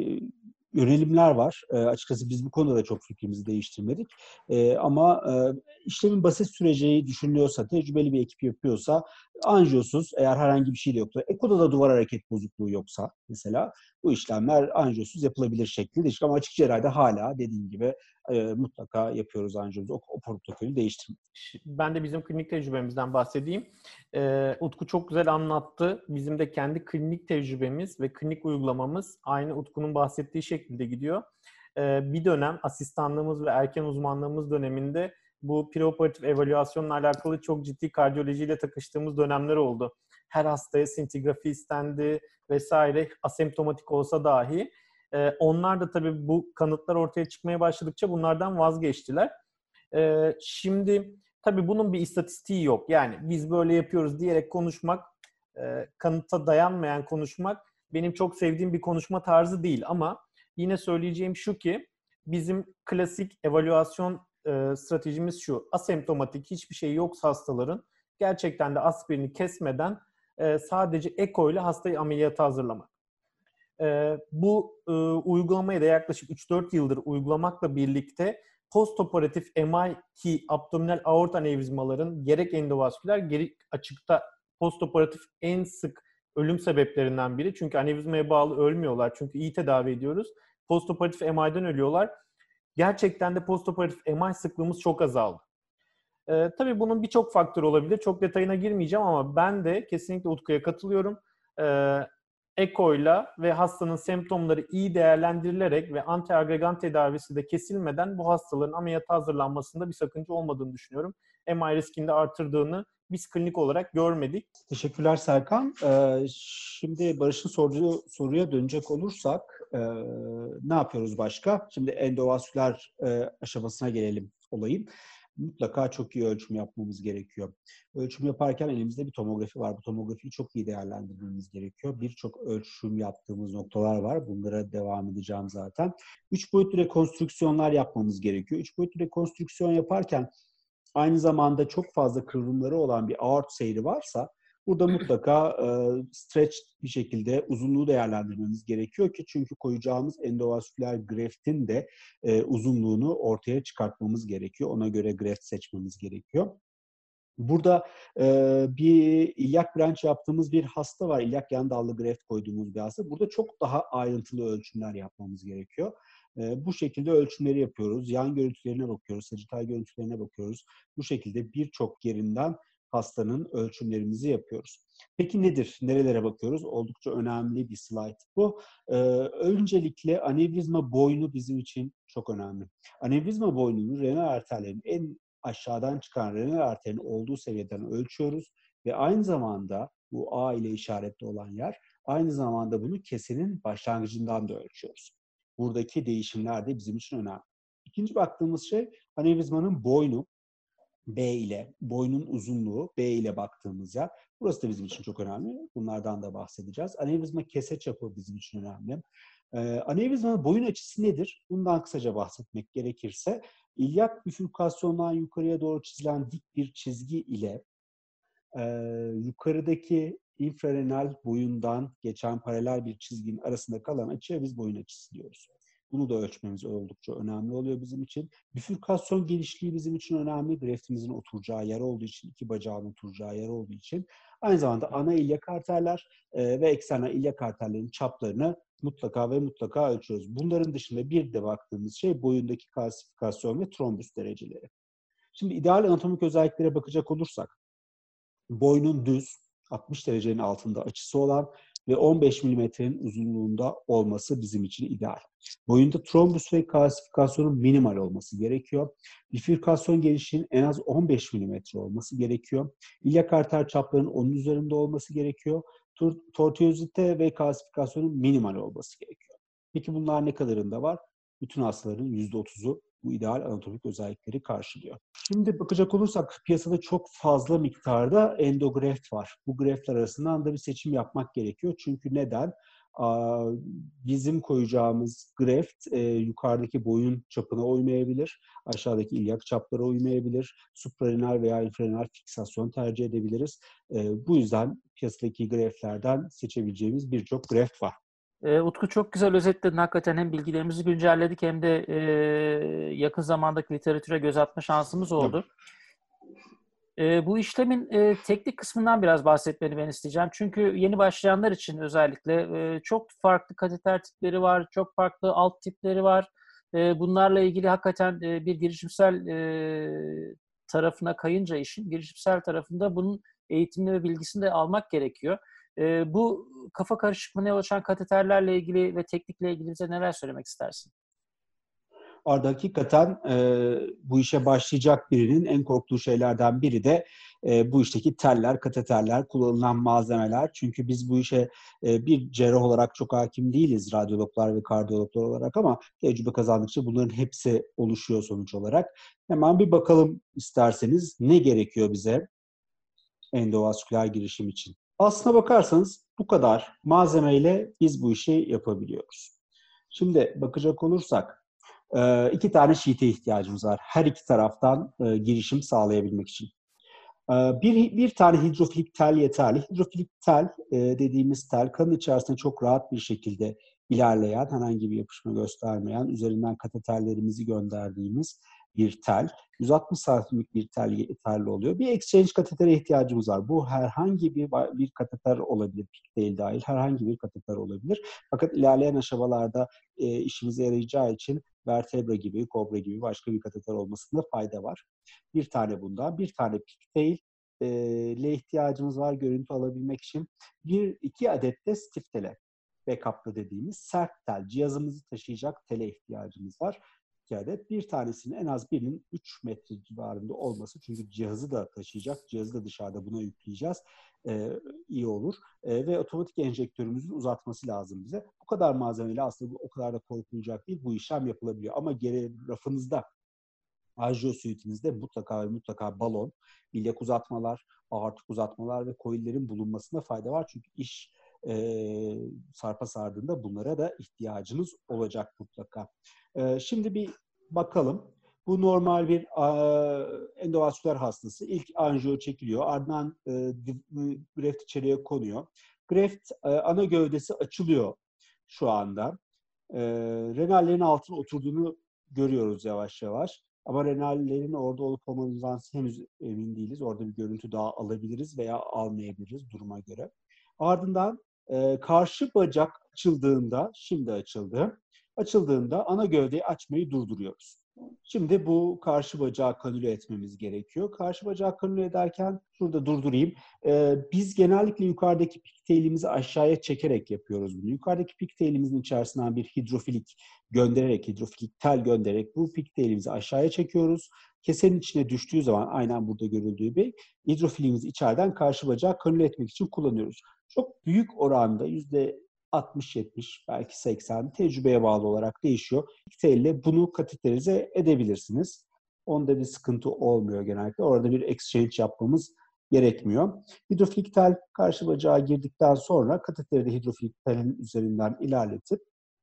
yönelimler var. E, açıkçası biz bu konuda da çok fikrimizi değiştirmedik. E, ama e, işlemin basit süreceği düşünülüyorsa, tecrübeli bir ekip yapıyorsa, anjiyosuz, eğer herhangi bir şey de yoksa, ekoda da duvar hareket bozukluğu yoksa mesela, bu işlemler anjiyosuz yapılabilir şeklinde. Ama açık cerrahide hala dediğim gibi e, mutlaka yapıyoruz anjiyomuzu. O, o protokolü değiştirmek. Ben de bizim klinik tecrübemizden bahsedeyim. Ee, Utku çok güzel anlattı. Bizim de kendi klinik tecrübemiz ve klinik uygulamamız aynı Utku'nun bahsettiği şekilde gidiyor. Ee, bir dönem asistanlığımız ve erken uzmanlığımız döneminde bu preoperatif evalüasyonla alakalı çok ciddi kardiyolojiyle takıştığımız dönemler oldu. Her hastaya sintigrafi istendi vesaire, asemptomatik olsa dahi. Ee, onlar da tabii bu kanıtlar ortaya çıkmaya başladıkça bunlardan vazgeçtiler. Ee, şimdi tabii bunun bir istatistiği yok. Yani biz böyle yapıyoruz diyerek konuşmak, e, kanıta dayanmayan konuşmak benim çok sevdiğim bir konuşma tarzı değil. Ama yine söyleyeceğim şu ki bizim klasik evalüasyon e, stratejimiz şu: asemptomatik, hiçbir şey yoksa hastaların gerçekten de aspirini kesmeden e, sadece eko ile hastayı ameliyata hazırlamak. E, bu e, uygulamayı da yaklaşık üç dört yıldır uygulamakla birlikte postoperatif M I, ki abdominal aorta anevrizmaların gerek endovasküler gerek açıkta postoperatif en sık ölüm sebeplerinden biri. Çünkü anevrizmaya bağlı ölmüyorlar. Çünkü iyi tedavi ediyoruz. Postoperatif M I'den ölüyorlar. Gerçekten de postoperatif M I sıklığımız çok azaldı. Ee, tabii bunun birçok faktör olabilir. Çok detayına girmeyeceğim ama ben de kesinlikle Utku'ya katılıyorum. Ee, ekoyla ve hastanın semptomları iyi değerlendirilerek ve antiagregan tedavisi de kesilmeden bu hastaların ameliyata hazırlanmasında bir sakınca olmadığını düşünüyorum. M I riskini de artırdığını biz klinik olarak görmedik. Teşekkürler Serkan. Ee, şimdi Barış'ın sorduğu soruya dönecek olursak e, ne yapıyoruz başka? Şimdi endovasküler e, aşamasına gelelim olayın. mutlaka çok iyi ölçüm yapmamız gerekiyor. Ölçüm yaparken elimizde bir tomografi var. Bu tomografiyi çok iyi değerlendirmemiz gerekiyor. Birçok ölçüm yaptığımız noktalar var. Bunlara devam edeceğim zaten. Üç boyutlu rekonstrüksiyonlar yapmamız gerekiyor. Üç boyutlu rekonstrüksiyon yaparken aynı zamanda çok fazla kıvrımları olan bir aort seyri varsa burada mutlaka e, stretch bir şekilde uzunluğu değerlendirmemiz gerekiyor ki çünkü koyacağımız endovasküler graftin de e, uzunluğunu ortaya çıkartmamız gerekiyor. Ona göre graft seçmemiz gerekiyor. Burada e, bir ilyak branch yaptığımız bir hasta var. İlyak yan dallı graft koyduğumuz bir hasta. Burada çok daha ayrıntılı ölçümler yapmamız gerekiyor. E, bu şekilde ölçümleri yapıyoruz. Yan görüntülerine bakıyoruz, sacital görüntülerine bakıyoruz. Bu şekilde birçok yerinden hastanın ölçümlerimizi yapıyoruz. Peki nedir? Nerelere bakıyoruz? Oldukça önemli bir slide bu. Ee, öncelikle anevrizma boynu bizim için çok önemli. Anevrizma boynunun renal arterlerin en aşağıdan çıkan renal arterin olduğu seviyeden ölçüyoruz ve aynı zamanda bu A ile işaretli olan yer, aynı zamanda bunu kesenin başlangıcından da ölçüyoruz. Buradaki değişimler de bizim için önemli. İkinci baktığımız şey anevrizmanın boynu. B ile, boynun uzunluğu, B ile baktığımız yer. Burası da bizim için çok önemli. Bunlardan da bahsedeceğiz. Anevrizma kese çapı bizim için önemli. Ee, anevrizmanın boyun açısı nedir? Bundan kısaca bahsetmek gerekirse, ilyak bifürkasyondan yukarıya doğru çizilen dik bir çizgi ile e, yukarıdaki infrarenal boyundan geçen paralel bir çizginin arasında kalan açıya biz boyun açısı diyoruz. Bunu da ölçmemiz oldukça önemli oluyor bizim için. Bifürkasyon genişliği bizim için önemli. Graftimizin oturacağı yer olduğu için, iki bacağın oturacağı yer olduğu için. Aynı zamanda ana ilyak arterler e, ve eksternal ilyak arterlerin çaplarını mutlaka ve mutlaka ölçüyoruz. Bunların dışında bir de baktığımız şey boyundaki kalsifikasyon ve trombüs dereceleri. Şimdi ideal anatomik özelliklere bakacak olursak, boynun düz, altmış derecenin altında açısı olan ve on beş milimetrenin uzunluğunda olması bizim için ideal. Boyunda trombüs ve kalsifikasyonun minimal olması gerekiyor. Bifürkasyon genişliğinin en az on beş milimetre olması gerekiyor. İlyak arter çaplarının onun üzerinde olması gerekiyor. Tortuozite ve kalsifikasyonun minimal olması gerekiyor. Peki bunlar ne kadarında var? Bütün hastaların yüzde otuzu bu ideal anatomik özellikleri karşılıyor. Şimdi bakacak olursak piyasada çok fazla miktarda endograft var. Bu graftler arasından da bir seçim yapmak gerekiyor. Çünkü neden? Bizim koyacağımız graft e, yukarıdaki boyun çapına uymayabilir, aşağıdaki ilyak çaplara uymayabilir, suprarenal veya infrarenal fiksasyon tercih edebiliriz. E, bu yüzden piyasadaki graftlerden seçebileceğimiz birçok graft var. E, Utku çok güzel özetledin. Hakikaten hem bilgilerimizi güncelledik hem de e, yakın zamandaki literatüre göz atma şansımız oldu. E, bu işlemin e, teknik kısmından biraz bahsetmeni ben isteyeceğim. Çünkü yeni başlayanlar için özellikle e, çok farklı kateter tipleri var, çok farklı alt tipleri var. E, bunlarla ilgili hakikaten e, bir girişimsel e, tarafına kayınca işin, girişimsel tarafında bunun eğitimini ve bilgisini de almak gerekiyor. E, bu kafa karışıklığına yol açan kateterlerle ilgili ve teknikle ilgili bize neler söylemek istersin? Arada hakikaten e, bu işe başlayacak birinin en korktuğu şeylerden biri de e, bu işteki teller, kateterler, kullanılan malzemeler. Çünkü biz bu işe e, bir cerrah olarak çok hakim değiliz, radyologlar ve kardiyologlar olarak, ama tecrübe kazandıkça bunların hepsi oluşuyor sonuç olarak. Hemen bir bakalım isterseniz ne gerekiyor bize endovasküler girişim için. Aslına bakarsanız bu kadar malzemeyle biz bu işi yapabiliyoruz. Şimdi bakacak olursak iki tane sheet'e ihtiyacımız var. Her iki taraftan girişim sağlayabilmek için. Bir, bir tane hidrofilik tel yeterli. Hidrofilik tel dediğimiz tel kanın içerisinde çok rahat bir şekilde ilerleyen, herhangi bir yapışma göstermeyen, üzerinden kateterlerimizi gönderdiğimiz bir tel. yüz altmış santimlik bir tel yeterli oluyor. Bir exchange katetere ihtiyacımız var. Bu herhangi bir bir kateter olabilir, pik değil dahil herhangi bir kateter olabilir. Fakat ilerleyen aşamalarda e, işimize yarayacağı için vertebra gibi, kobra gibi başka bir kateter olmasında fayda var. Bir tane bundan, bir tane pik değil ile ihtiyacımız var görüntü alabilmek için. Bir, iki adet de stiff tele, backup'lı dediğimiz sert tel, cihazımızı taşıyacak tele ihtiyacımız var. İki adet. Bir tanesinin en az birinin üç metre civarında olması, çünkü cihazı da taşıyacak, cihazı da dışarıda buna yükleyeceğiz. Ee, iyi olur. Ee, ve otomatik enjektörümüzün uzatması lazım bize. Bu kadar malzemeyle aslında o kadar da korkulacak değil. Bu işlem yapılabiliyor. Ama geri rafınızda Anjiyosuitinizde mutlaka ve mutlaka balon, ilyak uzatmalar, aortik uzatmalar ve coil'lerin bulunmasında fayda var. Çünkü iş e, sarpa sardığında bunlara da ihtiyacınız olacak mutlaka. E, şimdi bir bakalım. Bu normal bir e, endovasküler hastası. İlk anjiyo çekiliyor. Ardından e, graft içeriye konuyor. Graft e, ana gövdesi açılıyor şu anda. E, renallerin altına oturduğunu görüyoruz yavaş yavaş. Ama renallerin orada olup olmadığından henüz emin değiliz. Orada bir görüntü daha alabiliriz veya almayabiliriz duruma göre. Ardından e, karşı bacak açıldığında, şimdi açıldı. Açıldığında ana gövdeyi açmayı durduruyoruz. Şimdi bu karşı bacağı kanüle etmemiz gerekiyor. Karşı bacağı kanüle ederken şurada durdurayım. Ee, biz genellikle yukarıdaki pigtail'imizi aşağıya çekerek yapıyoruz bunu. Yukarıdaki pigtail'imizin içerisinden bir hidrofilik göndererek, hidrofilik tel göndererek bu pigtail'imizi aşağıya çekiyoruz. Kesenin içine düştüğü zaman aynen burada görüldüğü gibi hidrofilimizi içeriden karşı bacağı kanüle etmek için kullanıyoruz. Çok büyük oranda yüzde altmış yetmiş belki seksen tecrübeye bağlı olarak değişiyor. Pigtail'le bunu kateterize edebilirsiniz. Onda bir sıkıntı olmuyor genellikle. Orada bir exchange yapmamız gerekmiyor. Hidrofilik tel karşı bacağa girdikten sonra kateteri de hidrofilik telin üzerinden ilerletip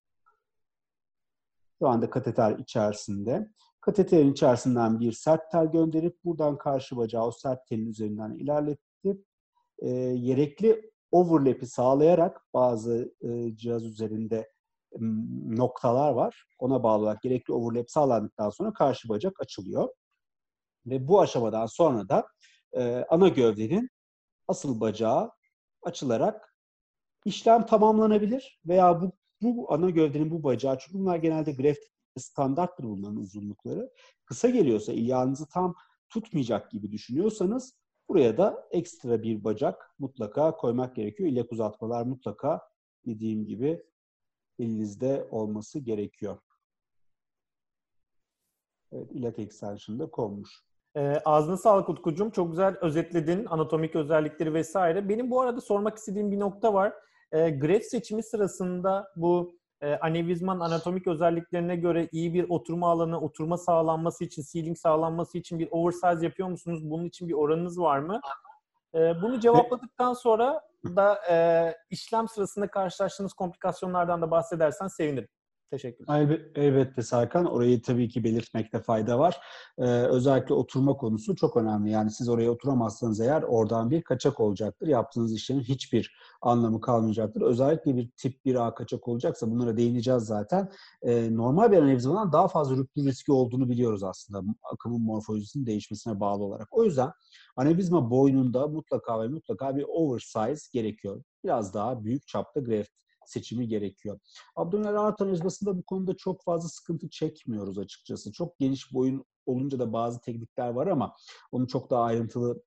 şu anda kateter içerisinde. Kateterin içerisinden bir sert tel gönderip buradan karşı bacağı o sert telin üzerinden ilerletip e, gerekli overlap'i sağlayarak bazı e, cihaz üzerinde m, noktalar var. Ona bağlı olarak gerekli overlap sağlandıktan sonra karşı bacak açılıyor. Ve bu aşamadan sonra da e, ana gövdenin asıl bacağı açılarak işlem tamamlanabilir veya bu, bu ana gövdenin bu bacağı, çünkü bunlar genelde graft standarttır bunların uzunlukları. Kısa geliyorsa, ilyağınızı tam tutmayacak gibi düşünüyorsanız buraya da ekstra bir bacak mutlaka koymak gerekiyor. İlyak uzatmalar mutlaka dediğim gibi elinizde olması gerekiyor. Evet, ilyak extension da konmuş. E, ağzına sağlık Utkucuğum. Çok güzel özetledin anatomik özellikleri vesaire. Benim bu arada sormak istediğim bir nokta var. E, graft seçimi sırasında bu e, anevrizmanın anatomik özelliklerine göre iyi bir oturma alanı, oturma sağlanması için, sealing sağlanması için bir oversize yapıyor musunuz? Bunun için bir oranınız var mı? E, bunu cevapladıktan sonra da e, işlem sırasında karşılaştığınız komplikasyonlardan da bahsedersen sevinirim. Teşekkürler. Elbette, elbette Serkan. Orayı tabii ki belirtmekte fayda var. Ee, özellikle oturma konusu çok önemli. Yani siz oraya oturamazsanız eğer oradan bir kaçak olacaktır. Yaptığınız işlemin hiçbir anlamı kalmayacaktır. Özellikle bir tip bir A kaçak olacaksa bunlara değineceğiz zaten. Ee, normal bir anevrizmadan daha fazla rüptür riski olduğunu biliyoruz aslında. Akımın morfolojisinin değişmesine bağlı olarak. O yüzden anevrizma boynunda mutlaka ve mutlaka bir oversize gerekiyor. Biraz daha büyük çapta graft seçimi gerekiyor. Abdominal aort anevrizmasında bu konuda çok fazla sıkıntı çekmiyoruz açıkçası. Çok geniş boyun olunca da bazı teknikler var ama onu çok daha ayrıntılı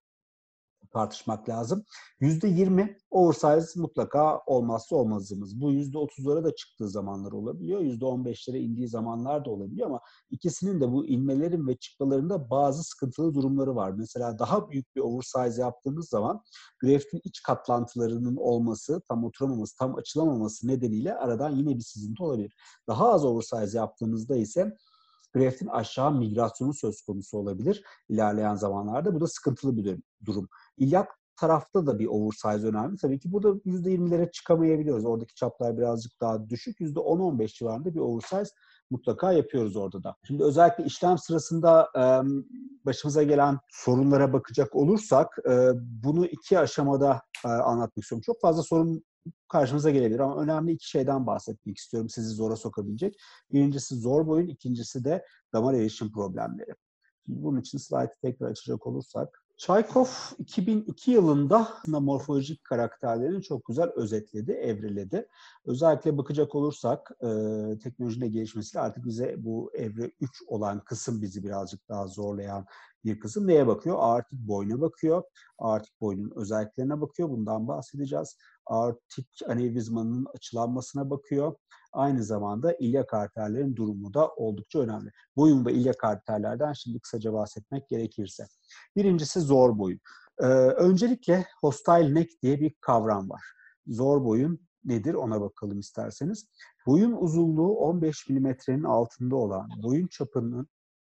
tartışmak lazım. yüzde yirmi oversize mutlaka olmazsa olmazımız. Bu yüzde otuzlara da çıktığı zamanlar olabiliyor. yüzde on beşlere indiği zamanlar da olabiliyor ama ikisinin de bu inmelerin ve çıkmalarında bazı sıkıntılı durumları var. Mesela daha büyük bir oversize yaptığımız zaman graftin iç katlantılarının olması, tam oturamaması, tam açılamaması nedeniyle aradan yine bir sızıntı olabilir. Daha az oversize yaptığımızda ise graftin aşağı migrasyonu söz konusu olabilir ilerleyen zamanlarda. Bu da sıkıntılı bir durum. İlyak tarafta da bir oversize önemli. Tabii ki burada yüzde yirmilere çıkamayabiliyoruz. Oradaki çaplar birazcık daha düşük. yüzde on on beş civarında bir oversize mutlaka yapıyoruz orada da. Şimdi özellikle işlem sırasında başımıza gelen sorunlara bakacak olursak bunu iki aşamada anlatmak istiyorum. Çok fazla sorun karşımıza gelebilir ama önemli iki şeyden bahsetmek istiyorum sizi zora sokabilecek. Birincisi zor boyun, ikincisi de damar erişim problemleri. Şimdi bunun için slaytı tekrar açacak olursak. Çaykov iki bin iki yılında morfolojik karakterlerini çok güzel özetledi, evreledi. Özellikle bakacak olursak e, teknolojinin gelişmesiyle artık bize bu evre üç olan kısım bizi birazcık daha zorlayan bir kısım. Neye bakıyor? Aortik boyuna bakıyor. Aortik boynun özelliklerine bakıyor. Bundan bahsedeceğiz. Aortik anevrizmanın açılanmasına bakıyor. Aynı zamanda ilyak arterlerin durumu da oldukça önemli. Boyun ve ilyak arterlerden şimdi kısaca bahsetmek gerekirse. Birincisi zor boyun. Ee, öncelikle hostile neck diye bir kavram var. Zor boyun nedir ona bakalım isterseniz. Boyun uzunluğu on beş milimetrenin altında olan, boyun çapının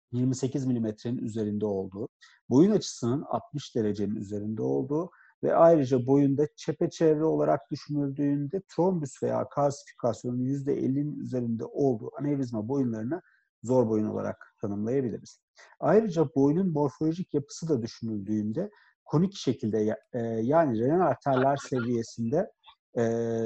yirmi sekiz milimetrenin üzerinde olduğu, boyun açısının altmış derecenin üzerinde olduğu ve ayrıca boyunda çepeçevre olarak düşünüldüğünde trombüs veya kalsifikasyonun yüzde ellinin üzerinde olduğu anevrizma boyunlarını zor boyun olarak tanımlayabiliriz. Ayrıca boynun morfolojik yapısı da düşünüldüğünde konik şekilde e, yani renal arterler seviyesinde e,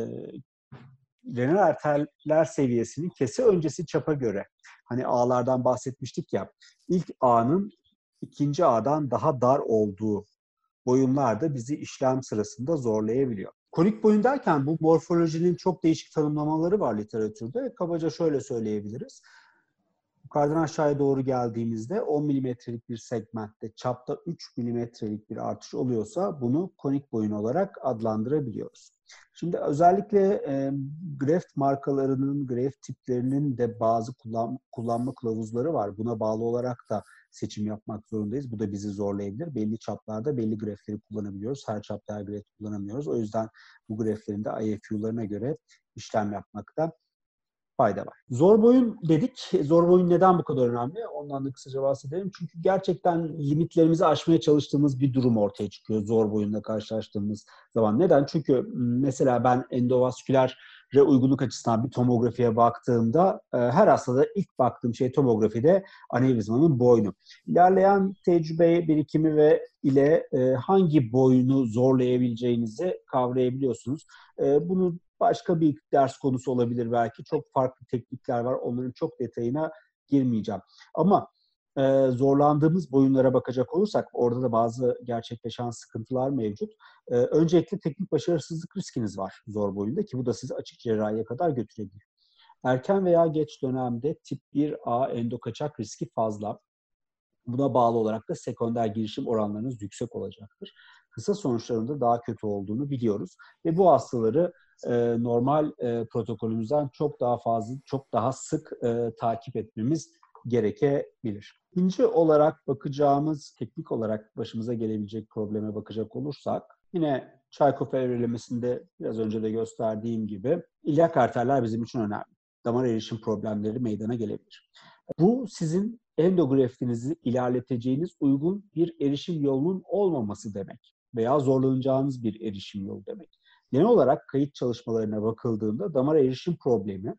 renal arterler seviyesinin kese öncesi çapa göre, hani ağlardan bahsetmiştik ya, ilk ağının ikinci ağdan daha dar olduğu boyunlar da bizi işlem sırasında zorlayabiliyor. Konik boyun derken bu morfolojinin çok değişik tanımlamaları var literatürde. Kabaca şöyle söyleyebiliriz. Yukarıdan aşağıya doğru geldiğimizde on milimetrelik bir segmentte çapta üç milimetrelik bir artış oluyorsa bunu konik boyun olarak adlandırabiliyoruz. Şimdi özellikle e, graft markalarının, graft tiplerinin de bazı kullan, kullanma kılavuzları var. Buna bağlı olarak da seçim yapmak zorundayız. Bu da bizi zorlayabilir. Belli çaplarda belli graftleri kullanabiliyoruz. Her çapta her graft kullanamıyoruz. O yüzden bu graftlerin de I F U'larına göre işlem yapmakta fayda var. Zor boyun dedik. Zor boyun neden bu kadar önemli? Ondan da kısaca bahsedelim. Çünkü gerçekten limitlerimizi aşmaya çalıştığımız bir durum ortaya çıkıyor zor boyunla karşılaştığımız zaman. Neden? Çünkü mesela ben endovaskülere uygunluk açısından bir tomografiye baktığımda her hastada ilk baktığım şey tomografide anevrizmanın boynu. İlerleyen tecrübe birikimi ve ile hangi boyunu zorlayabileceğinizi kavrayabiliyorsunuz. Bunu başka bir ders konusu olabilir belki. Çok farklı teknikler var. Onların çok detayına girmeyeceğim. Ama e, zorlandığımız boyunlara bakacak olursak orada da bazı gerçekleşen sıkıntılar mevcut. E, öncelikle teknik başarısızlık riskiniz var zor boyunda ki bu da sizi açık cerrahiye kadar götürebilir. Erken veya geç dönemde tip bir A endokaçak riski fazla. Buna bağlı olarak da sekonder girişim oranlarınız yüksek olacaktır. Kısa sonuçlarında daha kötü olduğunu biliyoruz. Ve bu hastaları e, normal e, protokolümüzden çok daha fazla, çok daha sık e, takip etmemiz gerekebilir. İkinci olarak bakacağımız, teknik olarak başımıza gelebilecek probleme bakacak olursak, yine Çaykov evrelemesinde biraz önce de gösterdiğim gibi ilyak arterler bizim için önemli. Damar erişim problemleri meydana gelebilir. Bu sizin endograftinizi ilerleteceğiniz uygun bir erişim yolunun olmaması demek veya zorlanacağınız bir erişim yolu demek. Genel olarak kayıt çalışmalarına bakıldığında damar erişim problemi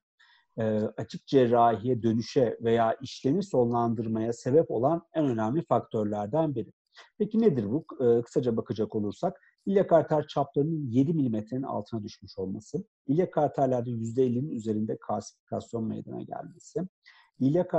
açık cerrahiye dönüşe veya işlemi sonlandırmaya sebep olan en önemli faktörlerden biri. Peki nedir bu? Kısaca bakacak olursak, ilyak arter çaplarının yedi milimetrenin altına düşmüş olması, ilyak arterlerde yüzde ellinin üzerinde kalsifikasyon meydana gelmesi, İlyak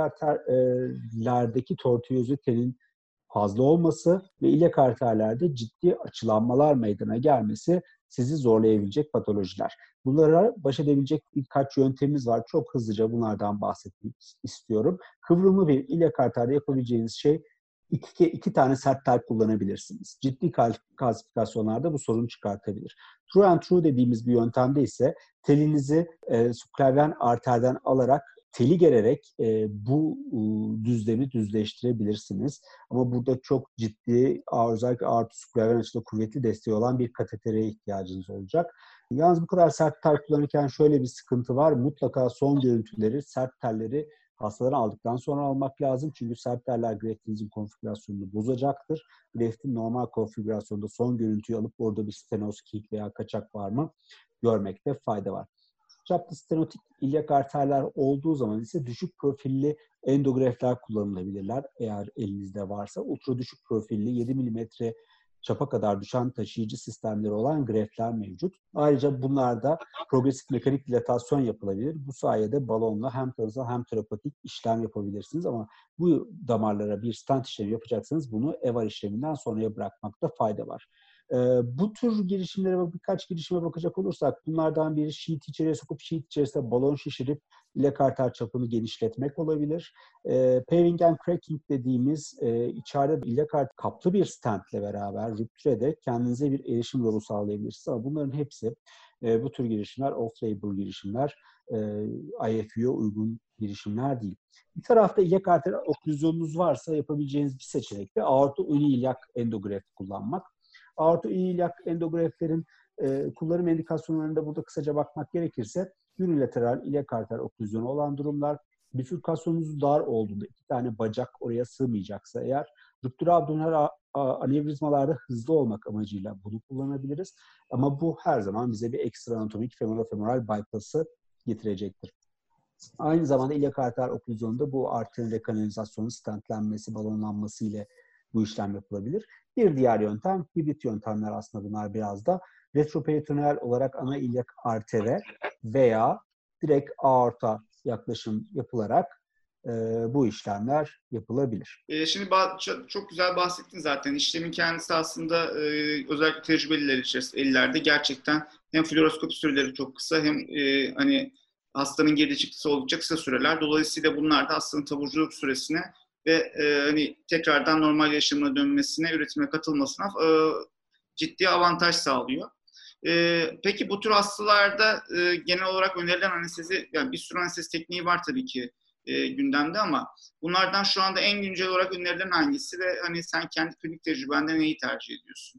arterlerdeki tortiyozitenin fazla olması ve ilyak arterlerde ciddi açılanmalar meydana gelmesi sizi zorlayabilecek patolojiler. Bunlara baş edebilecek birkaç yöntemimiz var. Çok hızlıca bunlardan bahsetmek istiyorum. Kıvrımlı bir ilyak arterde yapabileceğiniz şey iki, iki tane sert tel kullanabilirsiniz. Ciddi kalsifikasyonlarda bu sorunu çıkartabilir. True and true dediğimiz bir yöntemde ise telinizi e, subklavyen arterden alarak teli gererek e, bu e, düzlemi düzleştirebilirsiniz. Ama burada çok ciddi, özellikle aorta subklavyen açıda kuvvetli desteği olan bir katetere ihtiyacınız olacak. Yalnız bu kadar sert tel kullanırken şöyle bir sıkıntı var. Mutlaka son görüntüleri, sert telleri hastaların aldıktan sonra almak lazım. Çünkü sert teller graftinizin konfigürasyonunu bozacaktır. Graftin normal konfigürasyonda son görüntüyü alıp orada bir stenoz, kik veya kaçak var mı görmekte fayda var. Çapta stenotik ilyak arterler olduğu zaman ise düşük profilli endograftler kullanılabilirler. Eğer elinizde varsa ultra düşük profilli yedi milimetre çapa kadar düşen taşıyıcı sistemleri olan graftler mevcut. Ayrıca bunlarda progresif mekanik dilatasyon yapılabilir. Bu sayede balonla hem tarafsal hem terapatik işlem yapabilirsiniz ama bu damarlara bir stent işlemi yapacaksanız bunu E V A R işleminden sonraya bırakmakta fayda var. Ee, bu tür girişimlere, birkaç girişime bakacak olursak bunlardan biri sheet içeriye sokup sheet içerisinde balon şişirip ilyak arter çapını genişletmek olabilir. Ee, paving and cracking dediğimiz e, içeride ilyak arter kaplı bir stentle beraber rüptürede kendinize bir erişim yolu sağlayabilirsiniz. Ama bunların hepsi e, bu tür girişimler off-label girişimler, e, I F U'ya uygun girişimler değil. Bir tarafta ilyak arter oklüzyonunuz varsa yapabileceğiniz bir seçenek de aorta uni ilyak endograft kullanmak. Aorta uni ilyak endograftlerin e, kullanım indikasyonlarında burada kısaca bakmak gerekirse unilateral ilyak arter oklüzyonu olan durumlar, bifürkasyonunuz dar olduğunda, iki tane bacak oraya sığmayacaksa eğer, ruptüre abdominal anevrizmalarda hızlı olmak amacıyla bunu kullanabiliriz. Ama bu her zaman bize bir ekstra anatomik femorofemoral bypass'ı getirecektir. Aynı zamanda ilyak arter oklüzyonunda bu arterin rekanalizasyonu, stentlenmesi, balonlanması ile bu işlem yapılabilir. Bir diğer yöntem, hibrit yöntemler aslında bunlar biraz da. Retroperitoneal olarak ana ilyak artere veya direkt aorta yaklaşım yapılarak e, bu işlemler yapılabilir. E, şimdi çok, çok güzel bahsettin zaten. İşlemin kendisi aslında e, özellikle tecrübeliler içerisinde ellerde gerçekten hem fluoroskopi süreleri çok kısa hem e, hani hastanın geri çıktısı oldukça kısa süreler. Dolayısıyla bunlar da hastanın taburculuk süresine ve e, hani tekrardan normal yaşamına dönmesine, üretime katılmasına e, ciddi avantaj sağlıyor. E, peki bu tür hastalarda e, genel olarak önerilen anestezi, yani bir sürü anestezi tekniği var tabii ki e, gündemde ama bunlardan şu anda en güncel olarak önerilen hangisi ve hani sen kendi klinik tecrübende neyi tercih ediyorsun?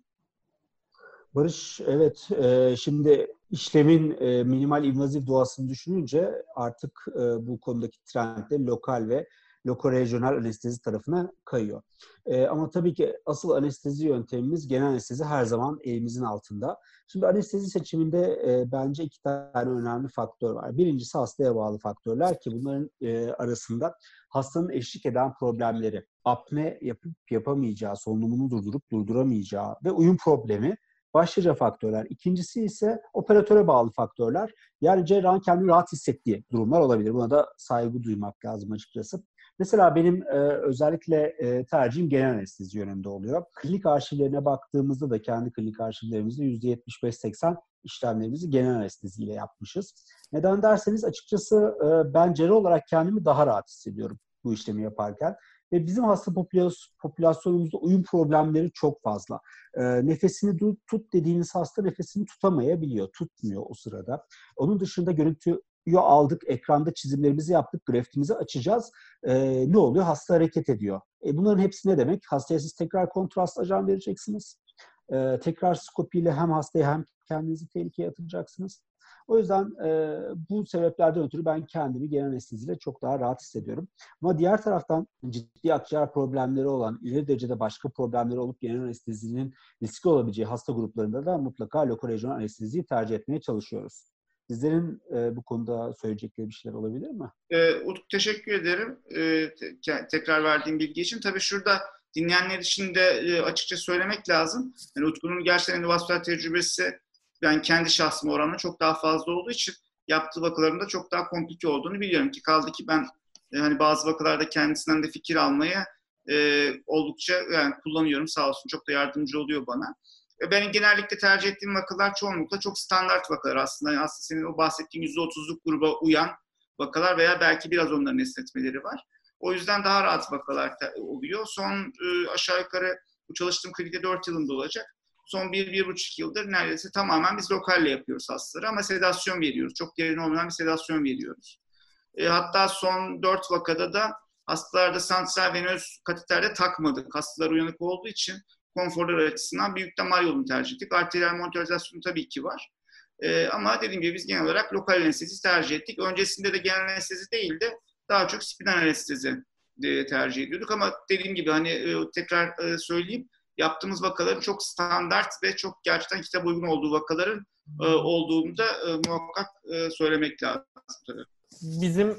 Barış, evet. E, şimdi işlemin e, minimal invaziv doğasını düşününce artık e, bu konudaki trend de lokal ve lokorejyonel anestezi tarafına kayıyor. E, ama tabii ki asıl anestezi yöntemimiz genel anestezi her zaman elimizin altında. Şimdi anestezi seçiminde e, bence iki tane önemli faktör var. Birincisi hastaya bağlı faktörler ki bunların e, arasında hastanın eşlik eden problemleri, apne yapıp yapamayacağı, solunumunu durdurup durduramayacağı ve uyum problemi başlıca faktörler. İkincisi ise operatöre bağlı faktörler. Yani cerrahın kendini rahat hissettiği durumlar olabilir. Buna da saygı duymak lazım açıkçası. Mesela benim e, özellikle e, tercihim genel anestezi yönünde oluyor. Klinik arşivlerine baktığımızda da kendi klinik arşivlerimizde yüzde yetmiş beş seksen işlemlerimizi genel anesteziyle yapmışız. Neden derseniz açıkçası e, ben cerrah olarak kendimi daha rahat hissediyorum bu işlemi yaparken. Ve bizim hasta popülasyonumuzda uyum problemleri çok fazla. E, nefesini tut dediğiniz hasta nefesini tutamayabiliyor, tutmuyor o sırada. Onun dışında görüntüyü aldık, ekranda çizimlerimizi yaptık, graftimizi açacağız. E, ne oluyor? Hasta hareket ediyor. E, bunların hepsi ne demek? Hastaya siz tekrar kontrast ajan vereceksiniz. E, tekrar skopiyle hem hastaya hem kendinizi tehlikeye atacaksınız. O yüzden e, bu sebeplerden ötürü ben kendimi genel anesteziyle çok daha rahat hissediyorum. Ama diğer taraftan ciddi akciğer problemleri olan, ileri derecede başka problemleri olup genel anestezinin riskli olabileceği hasta gruplarında da mutlaka lokorejyonel anesteziyi tercih etmeye çalışıyoruz. Sizlerin e, bu konuda söyleyecekleri bir şeyler olabilir mi? E, Utku teşekkür ederim e, te- tekrar verdiğim bilgi için. Tabii şurada dinleyenler için de e, açıkça söylemek lazım. Yani Utku'nun gerçekten endovasküler tecrübesi ben kendi şahsıma oranla çok daha fazla olduğu için yaptığı vakaların da çok daha komplike olduğunu biliyorum ki kaldı ki ben e, hani bazı vakalarda kendisinden de fikir almaya e, oldukça yani kullanıyorum sağ olsun çok da yardımcı oluyor bana. E, benim genellikle tercih ettiğim vakalar çoğunlukla çok standart vakalar aslında. Yani aslında senin o bahsettiğin yüzde otuzluk gruba uyan vakalar veya belki biraz onların esnetmeleri var. O yüzden daha rahat vakalar oluyor. Son e, aşağı yukarı bu çalıştığım klinikte dört yılında olacak. Son bir, bir buçuk yıldır neredeyse tamamen biz lokalle yapıyoruz hastaları ama sedasyon veriyoruz. Çok derin olmayan bir sedasyon veriyoruz. E, hatta son dört vakada da hastalarda santral venöz katiterde takmadık. Hastalar uyanık olduğu için konforları açısından büyük damar yolunu tercih ettik. Arteriyel monitorizasyonu tabii ki var. E, ama dediğim gibi biz genel olarak lokal anestezi tercih ettik. Öncesinde de genel anestezi değil de daha çok spinal anestezi de tercih ediyorduk. Ama dediğim gibi hani e, tekrar e, söyleyeyim. Yaptığımız vakaların çok standart ve çok gerçekten kitap uygun olduğu vakaların e, olduğunu da e, muhakkak e, söylemek lazım. Tabii. Bizim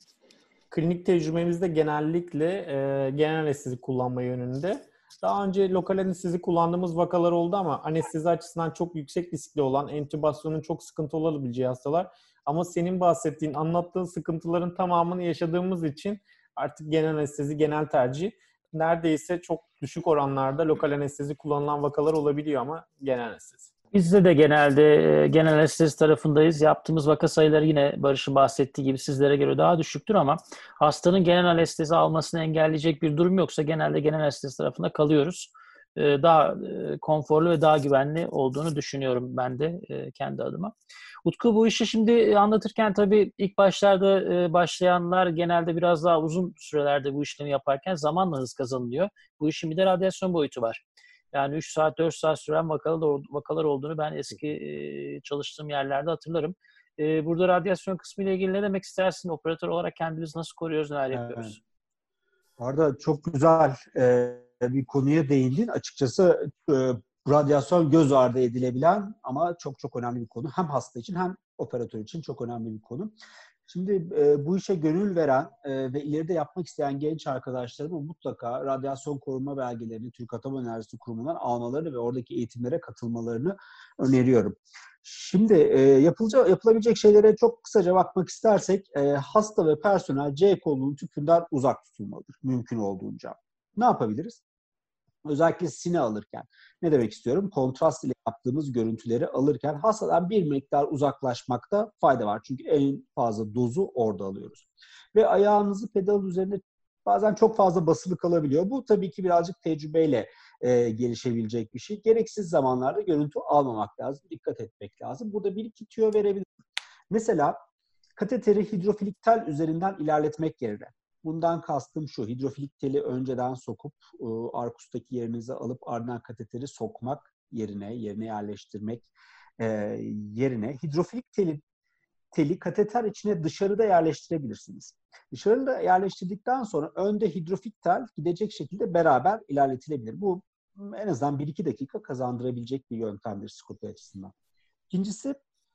klinik tecrübemizde genellikle e, genel anestezi kullanma yönünde. Daha önce lokal anestezi kullandığımız vakalar oldu ama anestezi açısından çok yüksek riskli olan, entübasyonun çok sıkıntı olabileceği hastalar. Ama senin bahsettiğin, anlattığın sıkıntıların tamamını yaşadığımız için artık genel anestezi genel tercih. Neredeyse çok düşük oranlarda lokal anestezi kullanılan vakalar olabiliyor ama genel anestezi. Bizde de genelde genel anestezi tarafındayız. Yaptığımız vaka sayıları yine Barış'ın bahsettiği gibi sizlere göre daha düşüktür ama hastanın genel anestezi almasını engelleyecek bir durum yoksa genelde genel anestezi tarafında kalıyoruz. Daha konforlu ve daha güvenli olduğunu düşünüyorum ben de kendi adıma. Utku bu işi şimdi anlatırken tabii ilk başlarda başlayanlar genelde biraz daha uzun sürelerde bu işlemi yaparken zamanla hız kazanılıyor. Bu işin bir de radyasyon boyutu var. Yani üç saat dört saat süren vakalar, vakalar olduğunu ben eski çalıştığım yerlerde hatırlarım. E, burada radyasyon kısmı ile ilgili ne demek istersin? Operatör olarak kendimizi nasıl koruyoruz, neler yapıyoruz? Arda çok güzel e, bir konuya değindin. Açıkçası e, radyasyon göz ardı edilebilen ama çok çok önemli bir konu. Hem hasta için hem operatör için çok önemli bir konu. Şimdi e, bu işe gönül veren e, ve ileride yapmak isteyen genç arkadaşlarımın mutlaka radyasyon koruma belgelerini Türk Atom Enerjisi Kurumu'ndan almalarını ve oradaki eğitimlere katılmalarını öneriyorum. Şimdi e, yapılacak, yapılabilecek şeylere çok kısaca bakmak istersek e, hasta ve personel C kolunun tüpünden uzak tutulmalıdır mümkün olduğunca. Ne yapabiliriz? Özellikle sine alırken. Ne demek istiyorum? Kontrast ile yaptığımız görüntüleri alırken hastadan bir miktar uzaklaşmakta fayda var. Çünkü en fazla dozu orada alıyoruz. Ve ayağınızı pedalın üzerinde bazen çok fazla basılı kalabiliyor. Bu tabii ki birazcık tecrübeyle e, gelişebilecek bir şey. Gereksiz zamanlarda görüntü almamak lazım. Dikkat etmek lazım. Burada bir iki tüyo verebilirim. Mesela kateteri hidrofilik tel üzerinden ilerletmek yerine. Bundan kastım şu, hidrofilik teli önceden sokup e, arkustaki yerinize alıp ardından kateteri sokmak yerine, yerine yerleştirmek e, yerine hidrofilik teli, teli kateter içine dışarıda yerleştirebilirsiniz. Dışarıda yerleştirdikten sonra önde hidrofilik tel gidecek şekilde beraber ilerletilebilir. Bu en azından bir iki dakika kazandırabilecek bir yöntemdir skopi açısından. İkincisi,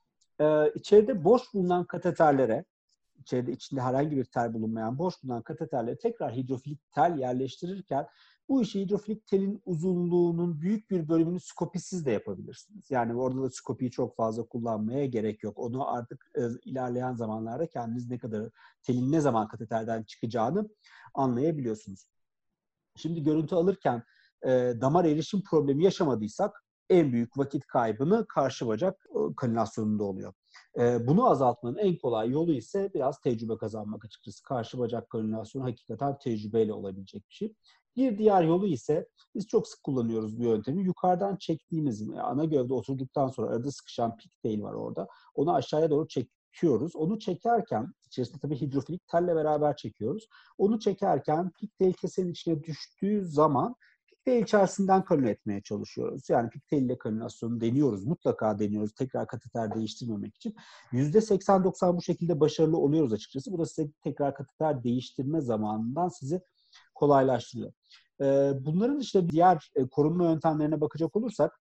e, içeride boş bulunan kateterlere, içeride içinde herhangi bir tel bulunmayan boş bulunan kateterlere tekrar hidrofilik tel yerleştirirken bu işi hidrofilik telin uzunluğunun büyük bir bölümünü skopisiz de yapabilirsiniz. Yani orada da skopiyi çok fazla kullanmaya gerek yok. Onu artık e, ilerleyen zamanlarda kendiniz ne kadar telin ne zaman kateterden çıkacağını anlayabiliyorsunuz. Şimdi görüntü alırken e, damar erişim problemi yaşamadıysak en büyük vakit kaybını karşı bacak kanülasyonunda oluyor. E, bunu azaltmanın en kolay yolu ise biraz tecrübe kazanmak açıkçası. Karşı bacak kanülasyonu hakikaten tecrübeyle olabilecek bir şey. Bir diğer yolu ise biz çok sık kullanıyoruz bu yöntemi. Yukarıdan çektiğimiz, ana gövde oturduktan sonra arada sıkışan pigtail var orada. Onu aşağıya doğru çekiyoruz. Onu çekerken, içerisinde tabii hidrofilik telle beraber çekiyoruz. Onu çekerken pigtail kesenin içine düştüğü zaman pigtail içerisinden kanül etmeye çalışıyoruz. Yani pigtail ile kanülasyonu deniyoruz. Mutlaka deniyoruz. Tekrar kateter değiştirmemek için. yüzde seksen doksan bu şekilde başarılı oluyoruz açıkçası. Bu da size tekrar kateter değiştirme zamanından sizi kolaylaştırıyor. Bunların işte diğer korunma yöntemlerine bakacak olursak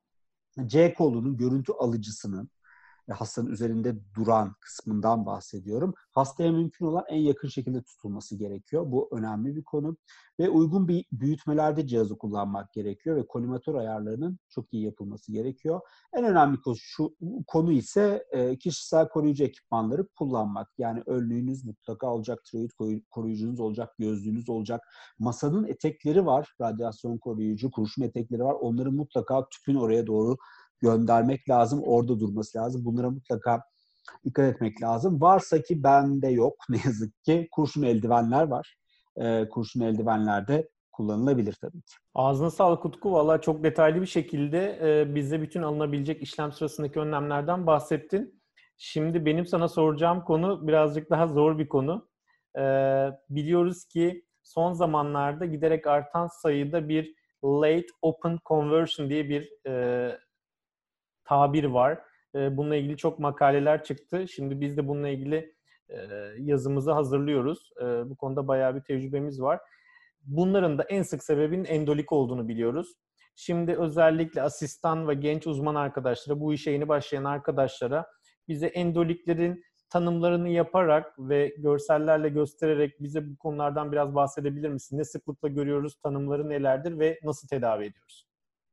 C kolunun görüntü alıcısının hastanın üzerinde duran kısmından bahsediyorum. Hastaya mümkün olan en yakın şekilde tutulması gerekiyor. Bu önemli bir konu. Ve uygun bir büyütmelerde cihazı kullanmak gerekiyor ve kolimatör ayarlarının çok iyi yapılması gerekiyor. En önemli konu, şu, konu ise e, kişisel koruyucu ekipmanları kullanmak. Yani önlüğünüz mutlaka olacak, tiroid koruyucunuz olacak, gözlüğünüz olacak. Masanın etekleri var, radyasyon koruyucu, kurşun etekleri var. Onları mutlaka tüpün oraya doğru göndermek lazım. Orada durması lazım. Bunlara mutlaka dikkat etmek lazım. Varsa ki bende yok ne yazık ki. Kurşun eldivenler var. Ee, kurşun eldivenler de kullanılabilir tabii ki. Ağzına sağlık Utku. Valla çok detaylı bir şekilde e, bize bütün alınabilecek işlem sırasındaki önlemlerden bahsettin. Şimdi benim sana soracağım konu birazcık daha zor bir konu. E, biliyoruz ki son zamanlarda giderek artan sayıda bir late open conversion diye bir e, tabir var. Bununla ilgili çok makaleler çıktı. Şimdi biz de bununla ilgili yazımızı hazırlıyoruz. Bu konuda bayağı bir tecrübemiz var. Bunların da en sık sebebinin endolik olduğunu biliyoruz. Şimdi özellikle asistan ve genç uzman arkadaşlara, bu işe yeni başlayan arkadaşlara bize endoliklerin tanımlarını yaparak ve görsellerle göstererek bize bu konulardan biraz bahsedebilir misin? Ne sıklıkla görüyoruz, tanımları nelerdir ve nasıl tedavi ediyoruz?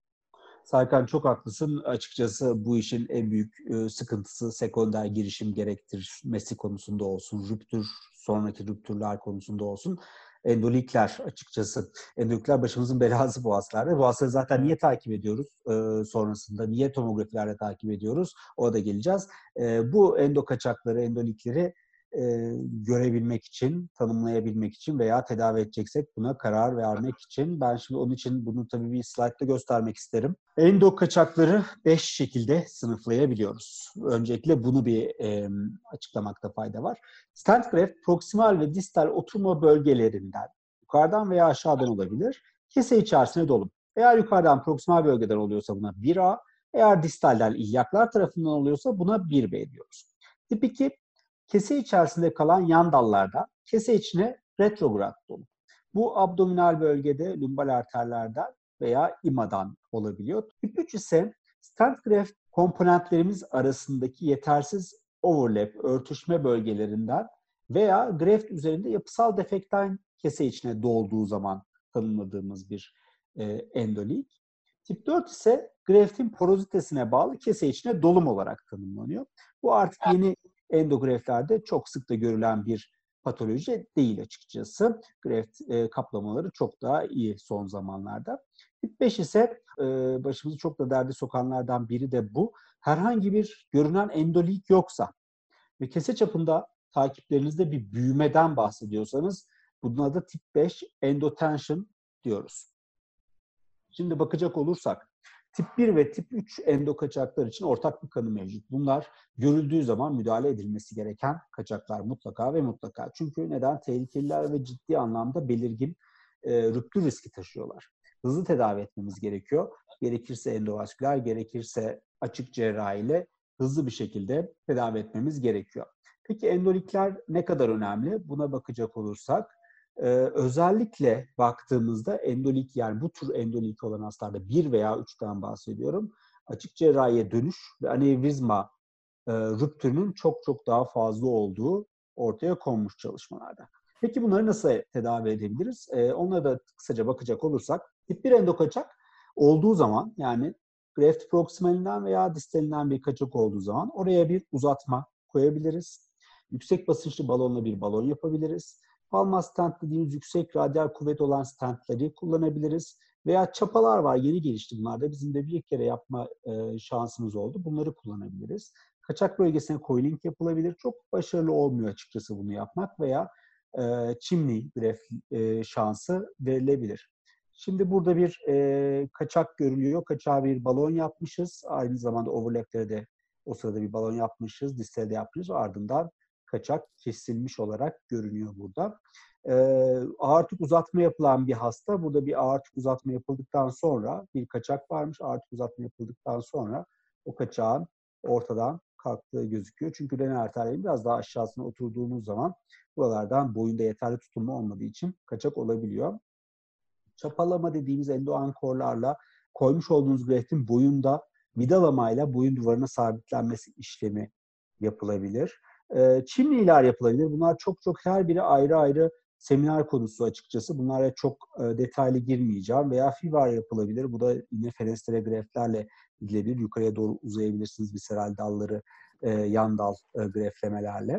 Serkan çok haklısın. Açıkçası bu işin en büyük e, sıkıntısı sekonder girişim gerektirmesi konusunda olsun, rüptür, sonraki rüptürler konusunda olsun. Endolikler açıkçası. Endolikler başımızın belası bu hastalarda. Bu hastaları zaten niye takip ediyoruz e, sonrasında? Niye tomografilerle takip ediyoruz? O da geleceğiz. E, bu endo kaçakları, endolikleri E, görebilmek için, tanımlayabilmek için veya tedavi edeceksek buna karar vermek için. Ben şimdi onun için bunu tabii bir slaytta göstermek isterim. Endo kaçakları beş şekilde sınıflayabiliyoruz. Öncelikle bunu bir e, açıklamakta fayda var. Stent graft proksimal ve distal oturma bölgelerinden yukarıdan veya aşağıdan olabilir. Kese içerisine dolum. Eğer yukarıdan proksimal bölgeden oluyorsa buna bir A, eğer distalden ilyaklar tarafından oluyorsa buna bir B diyoruz. Tip iki, kese içerisinde kalan yan dallardan kese içine retrograd dolu. Bu abdominal bölgede lumbal arterlerden veya imadan olabiliyor. Tip üç ise stent graft komponentlerimiz arasındaki yetersiz overlap, örtüşme bölgelerinden veya graft üzerinde yapısal defektten kese içine dolduğu zaman tanımladığımız bir e, endolik. Tip dört ise graftin porozitesine bağlı kese içine dolum olarak tanımlanıyor. Bu artık yeni endograftlerde çok sık da görülen bir patoloji değil açıkçası. Graft e, kaplamaları çok daha iyi son zamanlarda. Tip beş ise e, başımızı çok da derde sokanlardan biri de bu. Herhangi bir görünen endolik yoksa ve kese çapında takiplerinizde bir büyümeden bahsediyorsanız bunun adı tip beş endotension diyoruz. Şimdi bakacak olursak tip bir ve tip üç endokaçaklar için ortak bir kanı mevcut. Bunlar görüldüğü zaman müdahale edilmesi gereken kaçaklar mutlaka ve mutlaka. Çünkü neden? Tehlikeliler ve ciddi anlamda belirgin e, rüptür riski taşıyorlar. Hızlı tedavi etmemiz gerekiyor. Gerekirse endovasküler, gerekirse açık cerrahi ile hızlı bir şekilde tedavi etmemiz gerekiyor. Peki endolikler ne kadar önemli? Buna bakacak olursak Ee, özellikle baktığımızda endolik, yani bu tür endolik olan hastalarda bir veya üçten bahsediyorum. Açık cerrahiye dönüş ve anevrizma e, rüptürünün çok çok daha fazla olduğu ortaya konmuş çalışmalarda. Peki bunları nasıl tedavi edebiliriz? Ee, onlara da kısaca bakacak olursak tip bir endokaçak olduğu zaman, yani graft proximalinden veya distalinden bir kaçak olduğu zaman oraya bir uzatma koyabiliriz. Yüksek basınçlı balonla bir balon yapabiliriz. Palma stent dediğimiz yüksek radyal kuvvet olan stentleri kullanabiliriz. Veya çapalar var, yeni gelişti bunlar da. Bizim de bir kere yapma e, şansımız oldu. Bunları kullanabiliriz. Kaçak bölgesine coiling yapılabilir. Çok başarılı olmuyor açıkçası bunu yapmak veya e, chimney graft e, şansı verilebilir. Şimdi burada bir e, kaçak görülüyor. Kaçağa bir balon yapmışız. Aynı zamanda overlap'lere de o sırada bir balon yapmışız. Distale de yapmışız. Ardından kaçak kesilmiş olarak görünüyor burada. Ee, aortik uzatma yapılan bir hasta. Burada bir aortik uzatma yapıldıktan sonra bir kaçak varmış. Aortik uzatma yapıldıktan sonra o kaçağın ortadan kalktığı gözüküyor. Çünkü renal arterlerin biraz daha aşağısına oturduğumuz zaman buralardan boyunda yeterli tutunma olmadığı için kaçak olabiliyor. Çapalama dediğimiz endoankorlarla koymuş olduğunuz graftin boyunda vidalamayla boyun duvarına sabitlenmesi işlemi yapılabilir. Çimliler yapılabilir. Bunlar çok çok her biri ayrı ayrı seminer konusu açıkçası. Bunlara çok detaylı girmeyeceğim. Veya fivar yapılabilir. Bu da yine fenestere graftlerle gidilebilir. Yukarıya doğru uzayabilirsiniz visceral dalları yan dal graftlemelerle.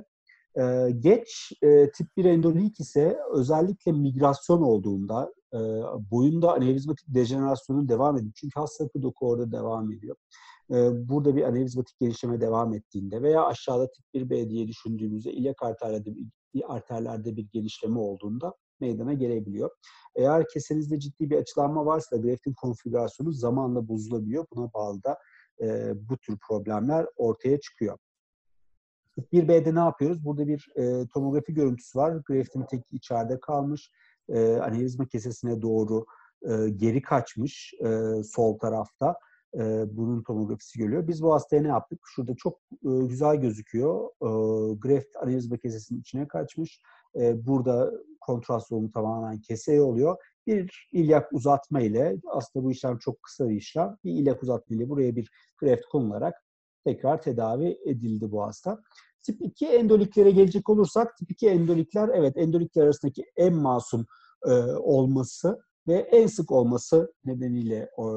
Geç tip bir endolik ise özellikle migrasyon olduğunda boyunda anevrizmatik dejenerasyonun devam ediyor. Çünkü hasta doku orada devam ediyor. Burada bir anevrizmatik gelişime devam ettiğinde veya aşağıda tip bir B diye düşündüğümüzde ilyak arterlerde bir, arterlerde bir genişleme olduğunda meydana gelebiliyor. Eğer kesenizde ciddi bir açılanma varsa graftin konfigürasyonu zamanla bozulabiliyor. Buna bağlı da e, bu tür problemler ortaya çıkıyor. Tip bir B'de ne yapıyoruz? Burada bir e, tomografi görüntüsü var. Graftin teki içeride kalmış. E, anevrizma kesesine doğru e, geri kaçmış e, sol tarafta. Bunun tomografisi görülüyor. Biz bu hastaya ne yaptık? Şurada çok e, güzel gözüküyor. E, graft anevrizma kesesinin içine kaçmış. E, burada kontrast olumu tamamen keseye oluyor. Bir ilyak uzatma ile, aslında bu işlem çok kısa bir işlem. Bir ilyak uzatma ile buraya bir graft konularak tekrar tedavi edildi bu hasta. Tip iki endoliklere gelecek olursak, tip iki endolikler, evet, endolikler arasındaki en masum e, olması ve en sık olması nedeniyle e,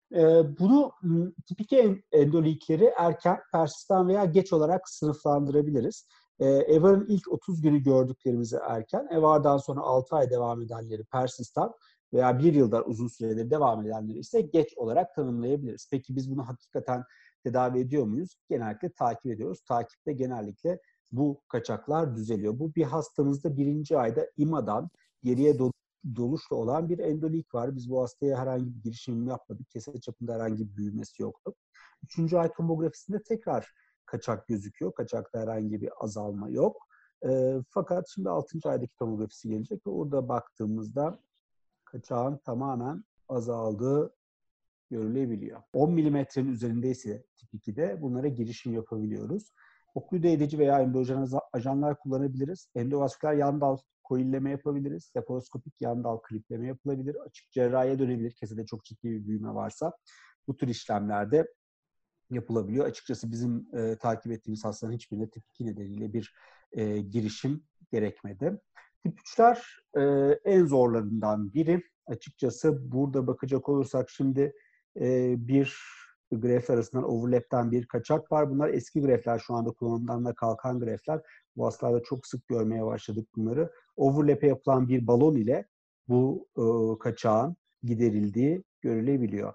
bunu tip iki endolikleri erken, persistan veya geç olarak sınıflandırabiliriz. E V R'ın ilk otuz günü gördüklerimizi erken, E V R'dan sonra altı ay devam edenleri persistan veya bir yıldan uzun süredir devam edenleri ise geç olarak tanımlayabiliriz. Peki biz bunu hakikaten tedavi ediyor muyuz? Genellikle takip ediyoruz. Takipte genellikle bu kaçaklar düzeliyor. Bu bir hastamızda birinci ayda I M A'dan geriye do- doluşla olan bir endolik var. Biz bu hastaya herhangi bir girişim yapmadık. Kese çapında herhangi bir büyümesi yoktu. Üçüncü ay tomografisinde tekrar kaçak gözüküyor. Kaçakta herhangi bir azalma yok. E, fakat şimdi altıncı aydaki tomografisi gelecek ve orada baktığımızda kaçağın tamamen azaldığı görülebiliyor. on milimetrenin üzerindeyse tip ikide bunlara girişim yapabiliyoruz. oklüde edici veya endojen ajanlar kullanabiliriz. Endovasküler yan dal koilleme yapabiliriz. Laparoskopik yan dal klipleme yapılabilir. Açık cerrahiye dönebilir. Kesede çok ciddi bir büyüme varsa. Bu tür işlemlerde yapılabiliyor. Açıkçası bizim e, takip ettiğimiz hastaların hiçbirine tip iki nedeniyle bir e, girişim gerekmedi. Tip üçler e, en zorlarından biri. Açıkçası burada bakacak olursak şimdi e, bir greft arasından overlap'ten bir kaçak var. Bunlar eski greftler, şu anda kullanımdan da kalkan greftler. Bu hastalarda çok sık görmeye başladık bunları. Overlap'e yapılan bir balon ile bu e, kaçağın giderildiği görülebiliyor.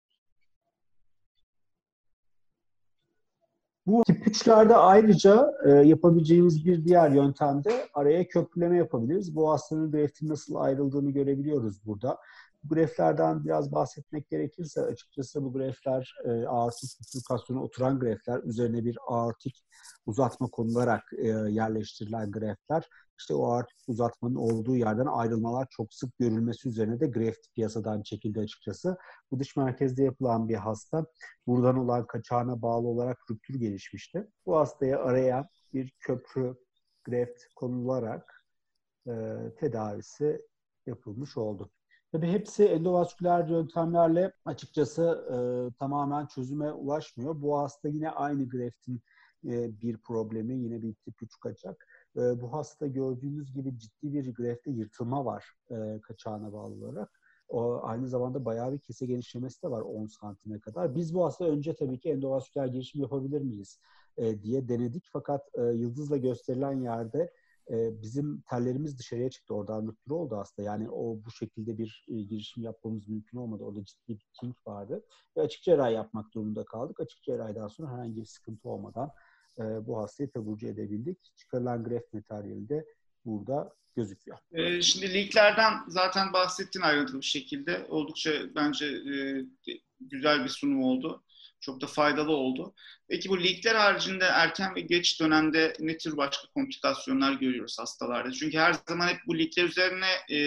Bu tip üçlerde ayrıca e, yapabileceğimiz bir diğer yöntemde araya köprüleme yapabiliriz. Bu hastanın greftin nasıl ayrıldığını görebiliyoruz burada. Bu greftlerden biraz bahsetmek gerekirse açıkçası bu greftler e, aortik bifurkasyona oturan greftler, üzerine bir aortik uzatma konularak e, yerleştirilen greftler. İşte o aortik uzatmanın olduğu yerden ayrılmalar çok sık görülmesi üzerine de greft piyasadan çekildi açıkçası. Bu dış merkezde yapılan bir hasta. Buradan olan kaçağına bağlı olarak rüptür gelişmişti. Bu hastaya araya bir köprü greft konularak e, tedavisi yapılmış oldu. Tabii hepsi endovasküler yöntemlerle açıkçası e, tamamen çözüme ulaşmıyor. Bu hasta yine aynı greftin e, bir problemi, yine bir tip üç kaçak. E, bu hasta gördüğünüz gibi ciddi bir grefte yırtılma var e, kaçağına bağlı olarak. O, aynı zamanda bayağı bir kese genişlemesi de var on santime kadar. Biz bu hasta önce tabii ki endovasküler girişim yapabilir miyiz e, diye denedik. Fakat e, yıldızla gösterilen yerde e, bizim tellerimiz dışarıya çıktı. Oradan rüptür oldu hasta. Yani o bu şekilde bir e, girişim yapmamız mümkün olmadı. Orada ciddi bir kink vardı. Ve açık cerrahi yapmak durumunda kaldık. Açık cerrahiden sonra herhangi bir sıkıntı olmadan e, bu hastayı taburcu edebildik. Çıkarılan greft materyali de burada gözüküyor. Ee, şimdi leaklerden zaten bahsettin ayrıntılı bir şekilde. Oldukça bence e, güzel bir sunum oldu. Çok da faydalı oldu. Peki bu leakler haricinde erken ve geç dönemde ne tür başka komplikasyonlar görüyoruz hastalarda? Çünkü her zaman hep bu leakler üzerine e,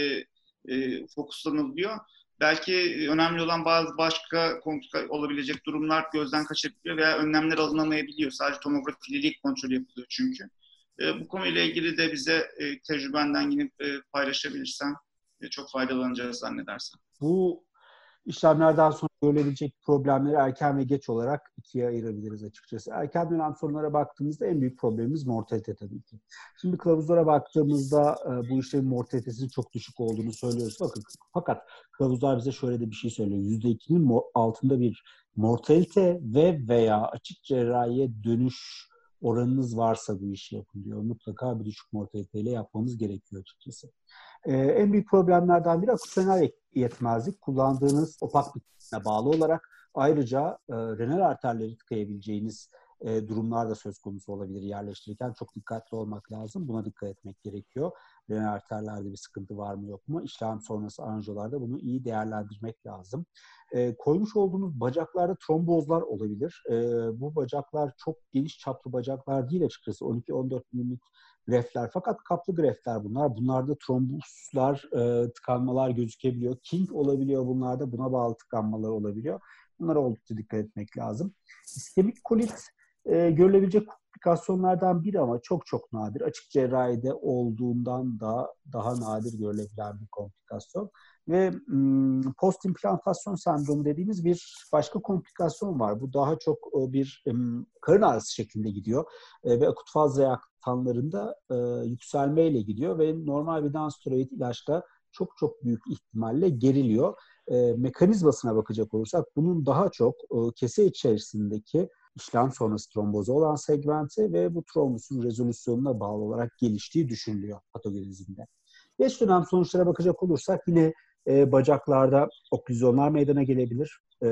e, fokuslanılıyor. Belki önemli olan bazı başka komplika olabilecek durumlar gözden kaçabiliyor veya önlemler alınamayabiliyor. Sadece tomografi leak kontrolü yapılıyor çünkü. Bu konuyla ilgili de bize e, tecrübenden yine e, paylaşabilirsen e, çok faydalanacağız zannedersem. Bu işlemlerden sonra görülebilecek problemleri erken ve geç olarak ikiye ayırabiliriz açıkçası. Erken dönem sorunlara baktığımızda en büyük problemimiz mortalite tabii ki. Şimdi kılavuzlara baktığımızda e, bu işlemin mortalitesinin çok düşük olduğunu söylüyoruz. Bakın, fakat kılavuzlar bize şöyle de bir şey söylüyor. yüzde ikinin altında bir mortalite ve veya açık cerrahiye dönüş oranınız varsa bu işi yapın diyor. Mutlaka bir düşük mortaliteyle yapmamız gerekiyor açıkçası. Ee, en büyük problemlerden biri akut renal yetmezlik. Kullandığınız opak bitkiye bağlı olarak ayrıca e, renal arterleri tıkayabileceğiniz e, durumlar da söz konusu olabilir yerleştirirken. Çok dikkatli olmak lazım. Buna dikkat etmek gerekiyor. Renal arterlerde bir sıkıntı var mı yok mu? İşlem sonrası anjiyolarda bunu iyi değerlendirmek lazım. E, koymuş olduğunuz bacaklarda trombozlar olabilir. E, bu bacaklar çok geniş çaplı bacaklar değil açıkçası. on iki on dört milimlik greftler. Fakat kaplı greftler bunlar. Bunlarda trombuslar, e, tıkanmalar gözükebiliyor. Kink olabiliyor bunlarda. Buna bağlı tıkanmalar olabiliyor. Bunlara oldukça dikkat etmek lazım. İskemik kolit e, görülebilecek komplikasyonlardan biri ama çok çok nadir. Açık cerrahide olduğundan da daha nadir görülebilen bir komplikasyon. Ve post implantasyon sendromu dediğimiz bir başka komplikasyon var. Bu daha çok bir karın ağrısı şeklinde gidiyor ve akut faz reaktanlarında yükselmeyle gidiyor ve normal bir nonsteroid ilaçla çok çok büyük ihtimalle geriliyor. Mekanizmasına bakacak olursak bunun daha çok kese içerisindeki işlem sonrası trombozu olan segmenti ve bu trombosun rezolüsyonuna bağlı olarak geliştiği düşünülüyor patogenezinde. Geç dönem sonuçlara bakacak olursak yine e, bacaklarda oklüzyonlar meydana gelebilir. E,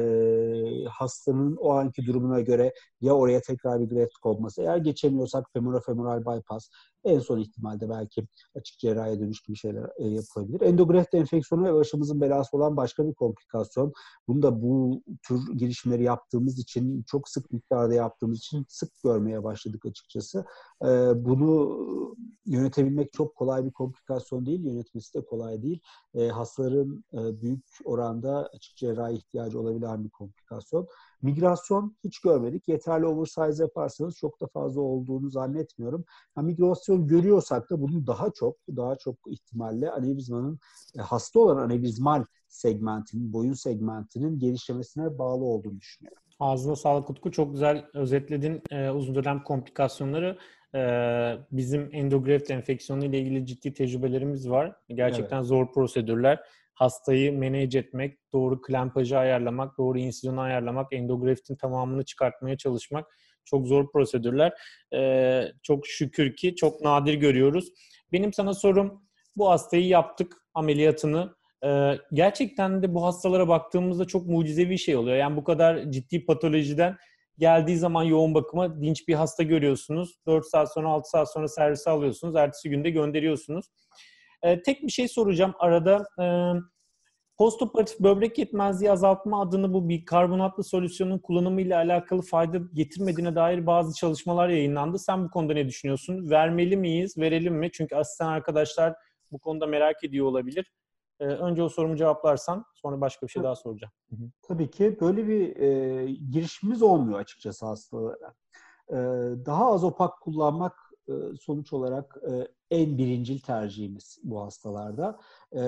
hastanın o anki durumuna göre ya oraya tekrar bir greft konması, eğer geçemiyorsak femorofemoral bypass, en son ihtimalde belki açık cerrahiye dönüş gibi şeyler e, yapılabilir. Endogreft enfeksiyonu ve başımızın belası olan başka bir komplikasyon. Bunu da bu tür girişimleri yaptığımız için, çok sık miktarda yaptığımız için sık görmeye başladık açıkçası. E, bunu yönetebilmek çok kolay bir komplikasyon değil, yönetmesi de kolay değil. E, hastaların e, büyük oranda açık cerrahi ihtiyacı olabilecek olabilen bir komplikasyon. Migrasyon hiç görmedik. Yeterli oversize yaparsanız çok da fazla olduğunu zannetmiyorum. Ha, migrasyon görüyorsak da bunun daha çok, daha çok ihtimalle anevrizmanın, e, hasta olan anevrizmal segmentinin, boyun segmentinin genişlemesine bağlı olduğunu düşünüyorum. Ağzına sağlık Utku. Çok güzel özetledin e, uzun dönem komplikasyonları. E, bizim endograft enfeksiyonu ile ilgili ciddi tecrübelerimiz var. Gerçekten evet. Zor prosedürler. Hastayı manage etmek, doğru klampajı ayarlamak, doğru insizyonu ayarlamak, endograftin tamamını çıkartmaya çalışmak çok zor prosedürler. E, çok şükür ki çok nadir görüyoruz. Benim sana sorum, bu hastayı yaptık, ameliyatını. Ee, gerçekten de bu hastalara baktığımızda çok mucizevi bir şey oluyor. Yani bu kadar ciddi patolojiden geldiği zaman yoğun bakıma dinç bir hasta görüyorsunuz. dört saat sonra, altı saat sonra servise alıyorsunuz. Ertesi günde gönderiyorsunuz. Ee, tek bir şey soracağım arada. Ee, postoperatif böbrek yetmezliği azaltma adını bu bikarbonatlı solüsyonun kullanımıyla alakalı fayda getirmediğine dair bazı çalışmalar yayınlandı. Sen bu konuda ne düşünüyorsun? Vermeli miyiz, verelim mi? Çünkü asistan arkadaşlar bu konuda merak ediyor olabilir. Ee, önce o sorumu cevaplarsan sonra başka bir şey daha soracağım. Hı hı. Tabii ki böyle bir e, girişimimiz olmuyor açıkçası hastalara. E, daha az opak kullanmak e, sonuç olarak e, en birincil tercihimiz bu hastalarda. E,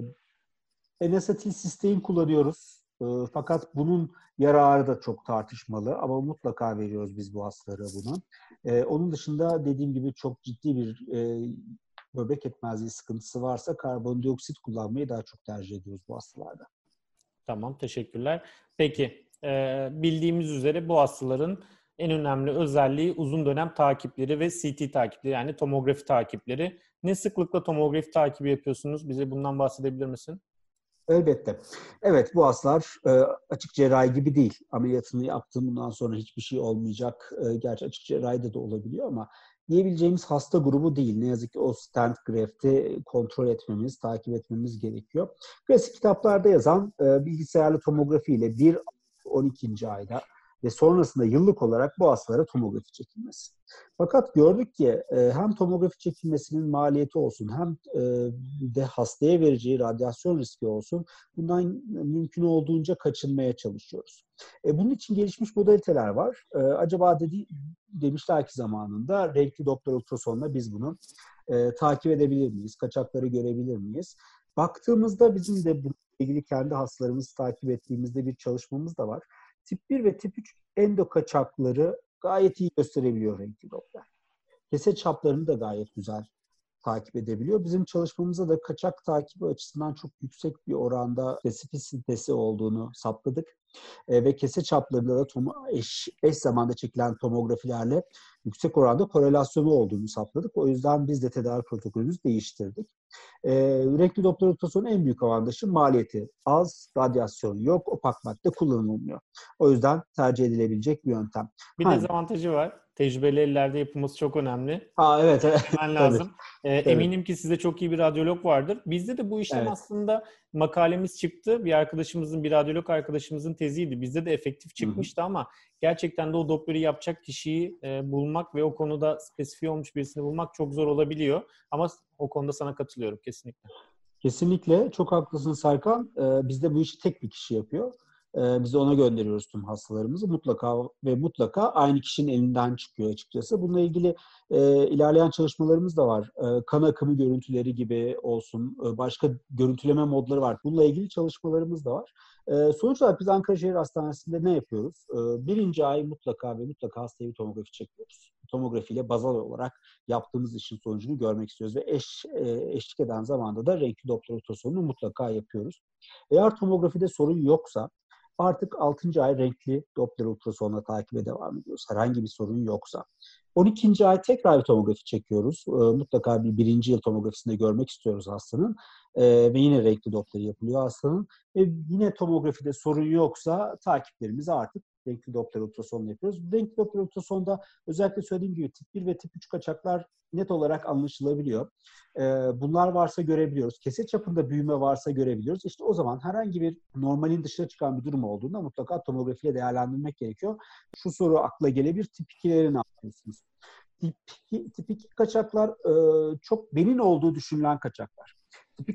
N-asetil sistein kullanıyoruz. E, fakat bunun yararı da çok tartışmalı ama mutlaka veriyoruz biz bu hastalara bunu. E, onun dışında dediğim gibi çok ciddi bir e, böbrek yetmezliği sıkıntısı varsa karbondioksit kullanmayı daha çok tercih ediyoruz bu hastalarda. Tamam, teşekkürler. Peki, e, bildiğimiz üzere bu hastaların en önemli özelliği uzun dönem takipleri ve C T takipleri, yani tomografi takipleri. Ne sıklıkla tomografi takibi yapıyorsunuz? Bize bundan bahsedebilir misin? Elbette. Evet, bu hastalar e, açık cerrahi gibi değil. Ameliyatını yaptım, bundan sonra hiçbir şey olmayacak. E, gerçi açık cerrahide de olabiliyor ama diyebileceğimiz hasta grubu değil. Ne yazık ki o stent graft'i kontrol etmemiz, takip etmemiz gerekiyor. Klasik kitaplarda yazan e, bilgisayarlı tomografi ile bir on ikinci ayda ve sonrasında yıllık olarak bu hastalara tomografi çekilmesi. Fakat gördük ki e, hem tomografi çekilmesinin maliyeti olsun hem e, de hastaya vereceği radyasyon riski olsun, bundan mümkün olduğunca kaçınmaya çalışıyoruz. E, bunun için gelişmiş modaliteler var. E, acaba dedi, demişler ki zamanında renkli Doppler ultrasonla biz bunu e, takip edebilir miyiz? Kaçakları görebilir miyiz? Baktığımızda bizim de bununla ilgili kendi hastalarımızı takip ettiğimizde bir çalışmamız da var. Tip bir ve tip üç endo kaçakları gayet iyi gösterebiliyor renkli Doppler. Kese çaplarını da gayet güzel takip edebiliyor. Bizim çalışmamızda da kaçak takibi açısından çok yüksek bir oranda spesifisitesi olduğunu saptadık. E, ve kese çaplarında da tom- eş, eş zamanda çekilen tomografilerle yüksek oranda korelasyonu olduğunu saptadık. O yüzden biz de tedavi protokolümüzü değiştirdik. E, renkli Doppler ultrasonun en büyük avantajı maliyeti az, radyasyon yok, opak madde kullanılmıyor. O yüzden tercih edilebilecek bir yöntem. Bir Hani, dezavantajı var. Tecrübeli ellerde yapılması çok önemli. Aa, evet, evet. Hemen lazım. Ee, Tabii. Eminim ki sizde çok iyi bir radyolog vardır. Bizde de bu işlem Evet. aslında makalemiz çıktı. Bir arkadaşımızın, bir radyolog arkadaşımızın teziydi. Bizde de efektif çıkmıştı, hı hı. Ama gerçekten de o Doppler'i yapacak kişiyi e, bulmak ve o konuda spesifiye olmuş birisini bulmak çok zor olabiliyor. Ama o konuda sana katılıyorum kesinlikle. Kesinlikle. Çok haklısın Serkan. Ee, bizde bu işi tek bir kişi yapıyor. Ee, biz de ona gönderiyoruz tüm hastalarımızı. Mutlaka ve mutlaka aynı kişinin elinden çıkıyor açıkçası. Bununla ilgili e, ilerleyen çalışmalarımız da var. E, kan akımı görüntüleri gibi olsun. E, başka görüntüleme modları var. Bununla ilgili çalışmalarımız da var. E, sonuç olarak biz Ankara Şehir Hastanesi'nde ne yapıyoruz? E, birinci ay mutlaka ve mutlaka hastaya bir tomografi çekiyoruz. Tomografiyle bazal olarak yaptığımız işin sonucunu görmek istiyoruz ve eş, e, eşlik eden zamanda da renkli Doppler ultrasonunu mutlaka yapıyoruz. Eğer tomografide sorun yoksa artık altıncı ay renkli Doppler ultrasonla takibe devam ediyoruz. Herhangi bir sorun yoksa. on ikinci ay tekrar bir tomografi çekiyoruz. E, mutlaka bir birinci yıl tomografisinde görmek istiyoruz hastanın. E, ve yine renkli Doppler yapılıyor hastanın. Ve yine tomografide sorun yoksa takiplerimizi artık renkli Doppler ultrasonla yapıyoruz. Renkli Doppler ultrasonda özellikle söylediğim gibi tip bir ve tip üç kaçaklar net olarak anlaşılabiliyor. Ee, bunlar varsa görebiliyoruz. Kese çapında büyüme varsa görebiliyoruz. İşte o zaman herhangi bir normalin dışına çıkan bir durum olduğunda mutlaka tomografiyle değerlendirmek gerekiyor. Şu soru akla gelebilir. Tip ikileri ne yapıyorsunuz? Tip iki, tip iki kaçaklar e, çok benin olduğu düşünülen kaçaklar. Tip iki,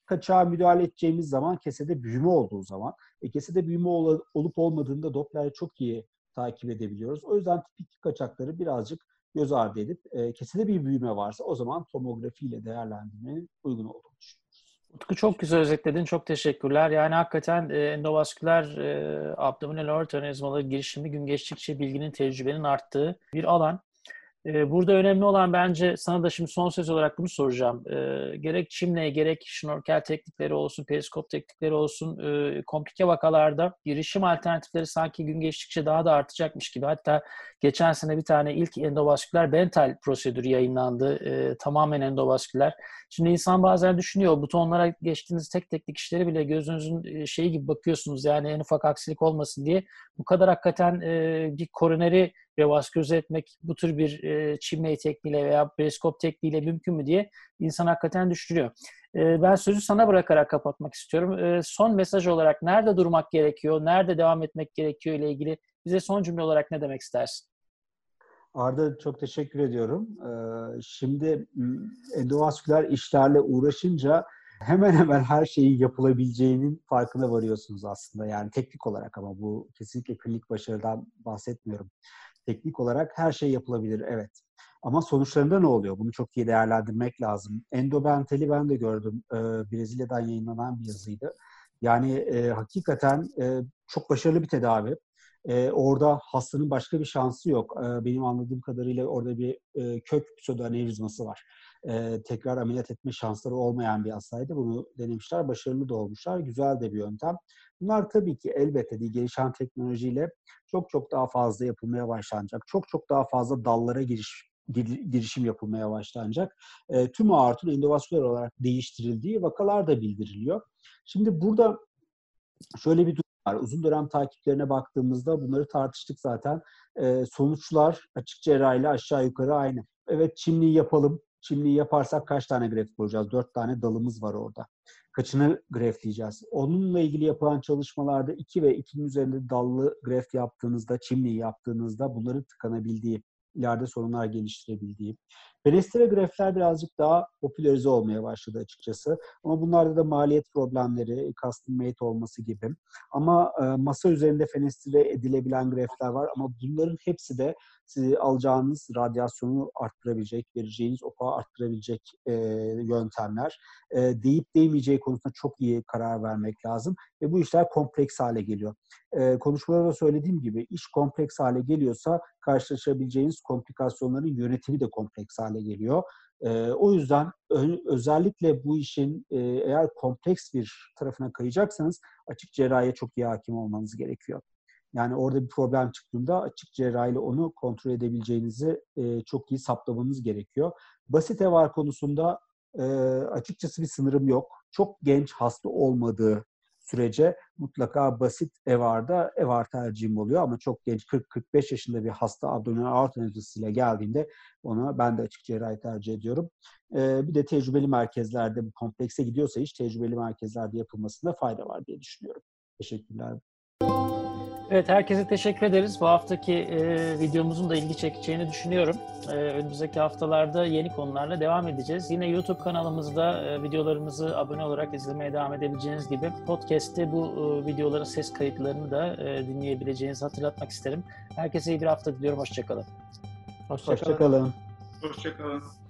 kaçağa müdahale edeceğimiz zaman kesede büyüme olduğu zaman e, kesede büyüme ol, olup olmadığında Doppler'ı çok iyi takip edebiliyoruz. O yüzden tipik kaçakları birazcık göz ardı edip e, kesede bir büyüme varsa o zaman tomografiyle değerlendirmenin uygun olduğunu düşünüyoruz. Utku çok güzel özetledin. Çok teşekkürler. Yani hakikaten e, endovasküler e, abdominal aort anevrizmaları girişimi gün geçtikçe bilginin, tecrübenin arttığı bir alan. Burada önemli olan bence, sana da şimdi son söz olarak bunu soracağım. E, gerek çimle, gerek şnorkel teknikleri olsun, periskop teknikleri olsun, e, komplike vakalarda girişim alternatifleri sanki gün geçtikçe daha da artacakmış gibi. Hatta geçen sene bir tane ilk endovasküler Bentall prosedürü yayınlandı. E, tamamen endovasküler. Şimdi insan bazen düşünüyor, butonlara geçtiğiniz tek tek dikişleri bile gözünüzün şeyi gibi bakıyorsunuz. Yani en ufak aksilik olmasın diye. Bu kadar hakikaten e, bir koroneri revaskülize etmek bu tür bir e, çimley tekniğiyle veya periskop tekniğiyle mümkün mü diye insan hakikaten düşünüyor. E, ben sözü sana bırakarak kapatmak istiyorum. E, son mesaj olarak nerede durmak gerekiyor, nerede devam etmek gerekiyor ile ilgili bize son cümle olarak ne demek istersin? Arda, çok teşekkür ediyorum. Ee, şimdi endovasküler işlerle uğraşınca hemen hemen her şeyin yapılabileceğinin farkına varıyorsunuz aslında. Yani teknik olarak, ama bu kesinlikle klinik başarıdan bahsetmiyorum. Teknik olarak her şey yapılabilir, evet. Ama sonuçlarında ne oluyor? Bunu çok iyi değerlendirmek lazım. Endobentali ben de gördüm. Ee, Brezilya'dan yayınlanan bir yazıydı. Yani e, hakikaten e, çok başarılı bir tedavi. Ee, orada hastanın başka bir şansı yok. Ee, benim anladığım kadarıyla orada bir e, kök pseudoanevrizması var. Ee, tekrar ameliyat etme şansları olmayan bir hastaydı. Bunu denemişler, başarılı da olmuşlar. Güzel de bir yöntem. Bunlar tabii ki elbette değil, gelişen teknolojiyle çok çok daha fazla yapılmaya başlanacak. Çok çok daha fazla dallara giriş, gir, girişim yapılmaya başlanacak. E, tüm aortun endovasküler olarak değiştirildiği vakalar da bildiriliyor. Şimdi burada şöyle bir durum var. Uzun dönem takiplerine baktığımızda bunları tartıştık zaten. E, sonuçlar açık cerrahiyle aşağı yukarı aynı. Evet, çimliği yapalım. Çimliği yaparsak kaç tane greft bulacağız? Dört tane dalımız var orada. Kaçını greftleyeceğiz? Onunla ilgili yapılan çalışmalarda iki ve ikinin üzerinde dallı greft yaptığınızda, çimliği yaptığınızda bunların tıkanabildiği, ileride sorunlar geliştirebildiği. Fenestre greftler birazcık daha popülerize olmaya başladı açıkçası. Ama bunlarda da maliyet problemleri, custom made olması gibi. Ama e, masa üzerinde fenestre edilebilen greftler var. Ama bunların hepsi de sizi alacağınız radyasyonu arttırabilecek, vereceğiniz opağı arttırabilecek e, yöntemler. E, deyip değmeyeceği konusunda çok iyi karar vermek lazım. Ve bu işler kompleks hale geliyor. E, konuşmalarda söylediğim gibi iş kompleks hale geliyorsa karşılaşabileceğiniz komplikasyonların yönetimi de kompleks hale geliyor. E, o yüzden ö- özellikle bu işin e, eğer kompleks bir tarafına kayacaksanız açık cerrahiye çok iyi hakim olmanız gerekiyor. Yani orada bir problem çıktığında açık cerrahiyle onu kontrol edebileceğinizi e, çok iyi saptamanız gerekiyor. Basit E V A R konusunda e, açıkçası bir sınırım yok. Çok genç hasta olmadığı sürece mutlaka basit E V A R'da E V A R tercihim oluyor. Ama çok genç kırk kırk beş yaşında bir hasta abdominal aort anevrizmasıyla geldiğinde onu ben de açık cerrahi tercih ediyorum. E, bir de tecrübeli merkezlerde bu komplekse gidiyorsa hiç tecrübeli merkezlerde yapılmasında fayda var diye düşünüyorum. Teşekkürler. Evet, herkese teşekkür ederiz. Bu haftaki e, videomuzun da ilgi çekeceğini düşünüyorum. E, önümüzdeki haftalarda yeni konularla devam edeceğiz. Yine YouTube kanalımızda e, videolarımızı abone olarak izlemeye devam edebileceğiniz gibi podcast'te bu e, videoların ses kayıtlarını da e, dinleyebileceğinizi hatırlatmak isterim. Herkese iyi bir hafta diliyorum. Hoşça kalın. Hoşça kalın. Hoşça kalın. Hoşça kalın.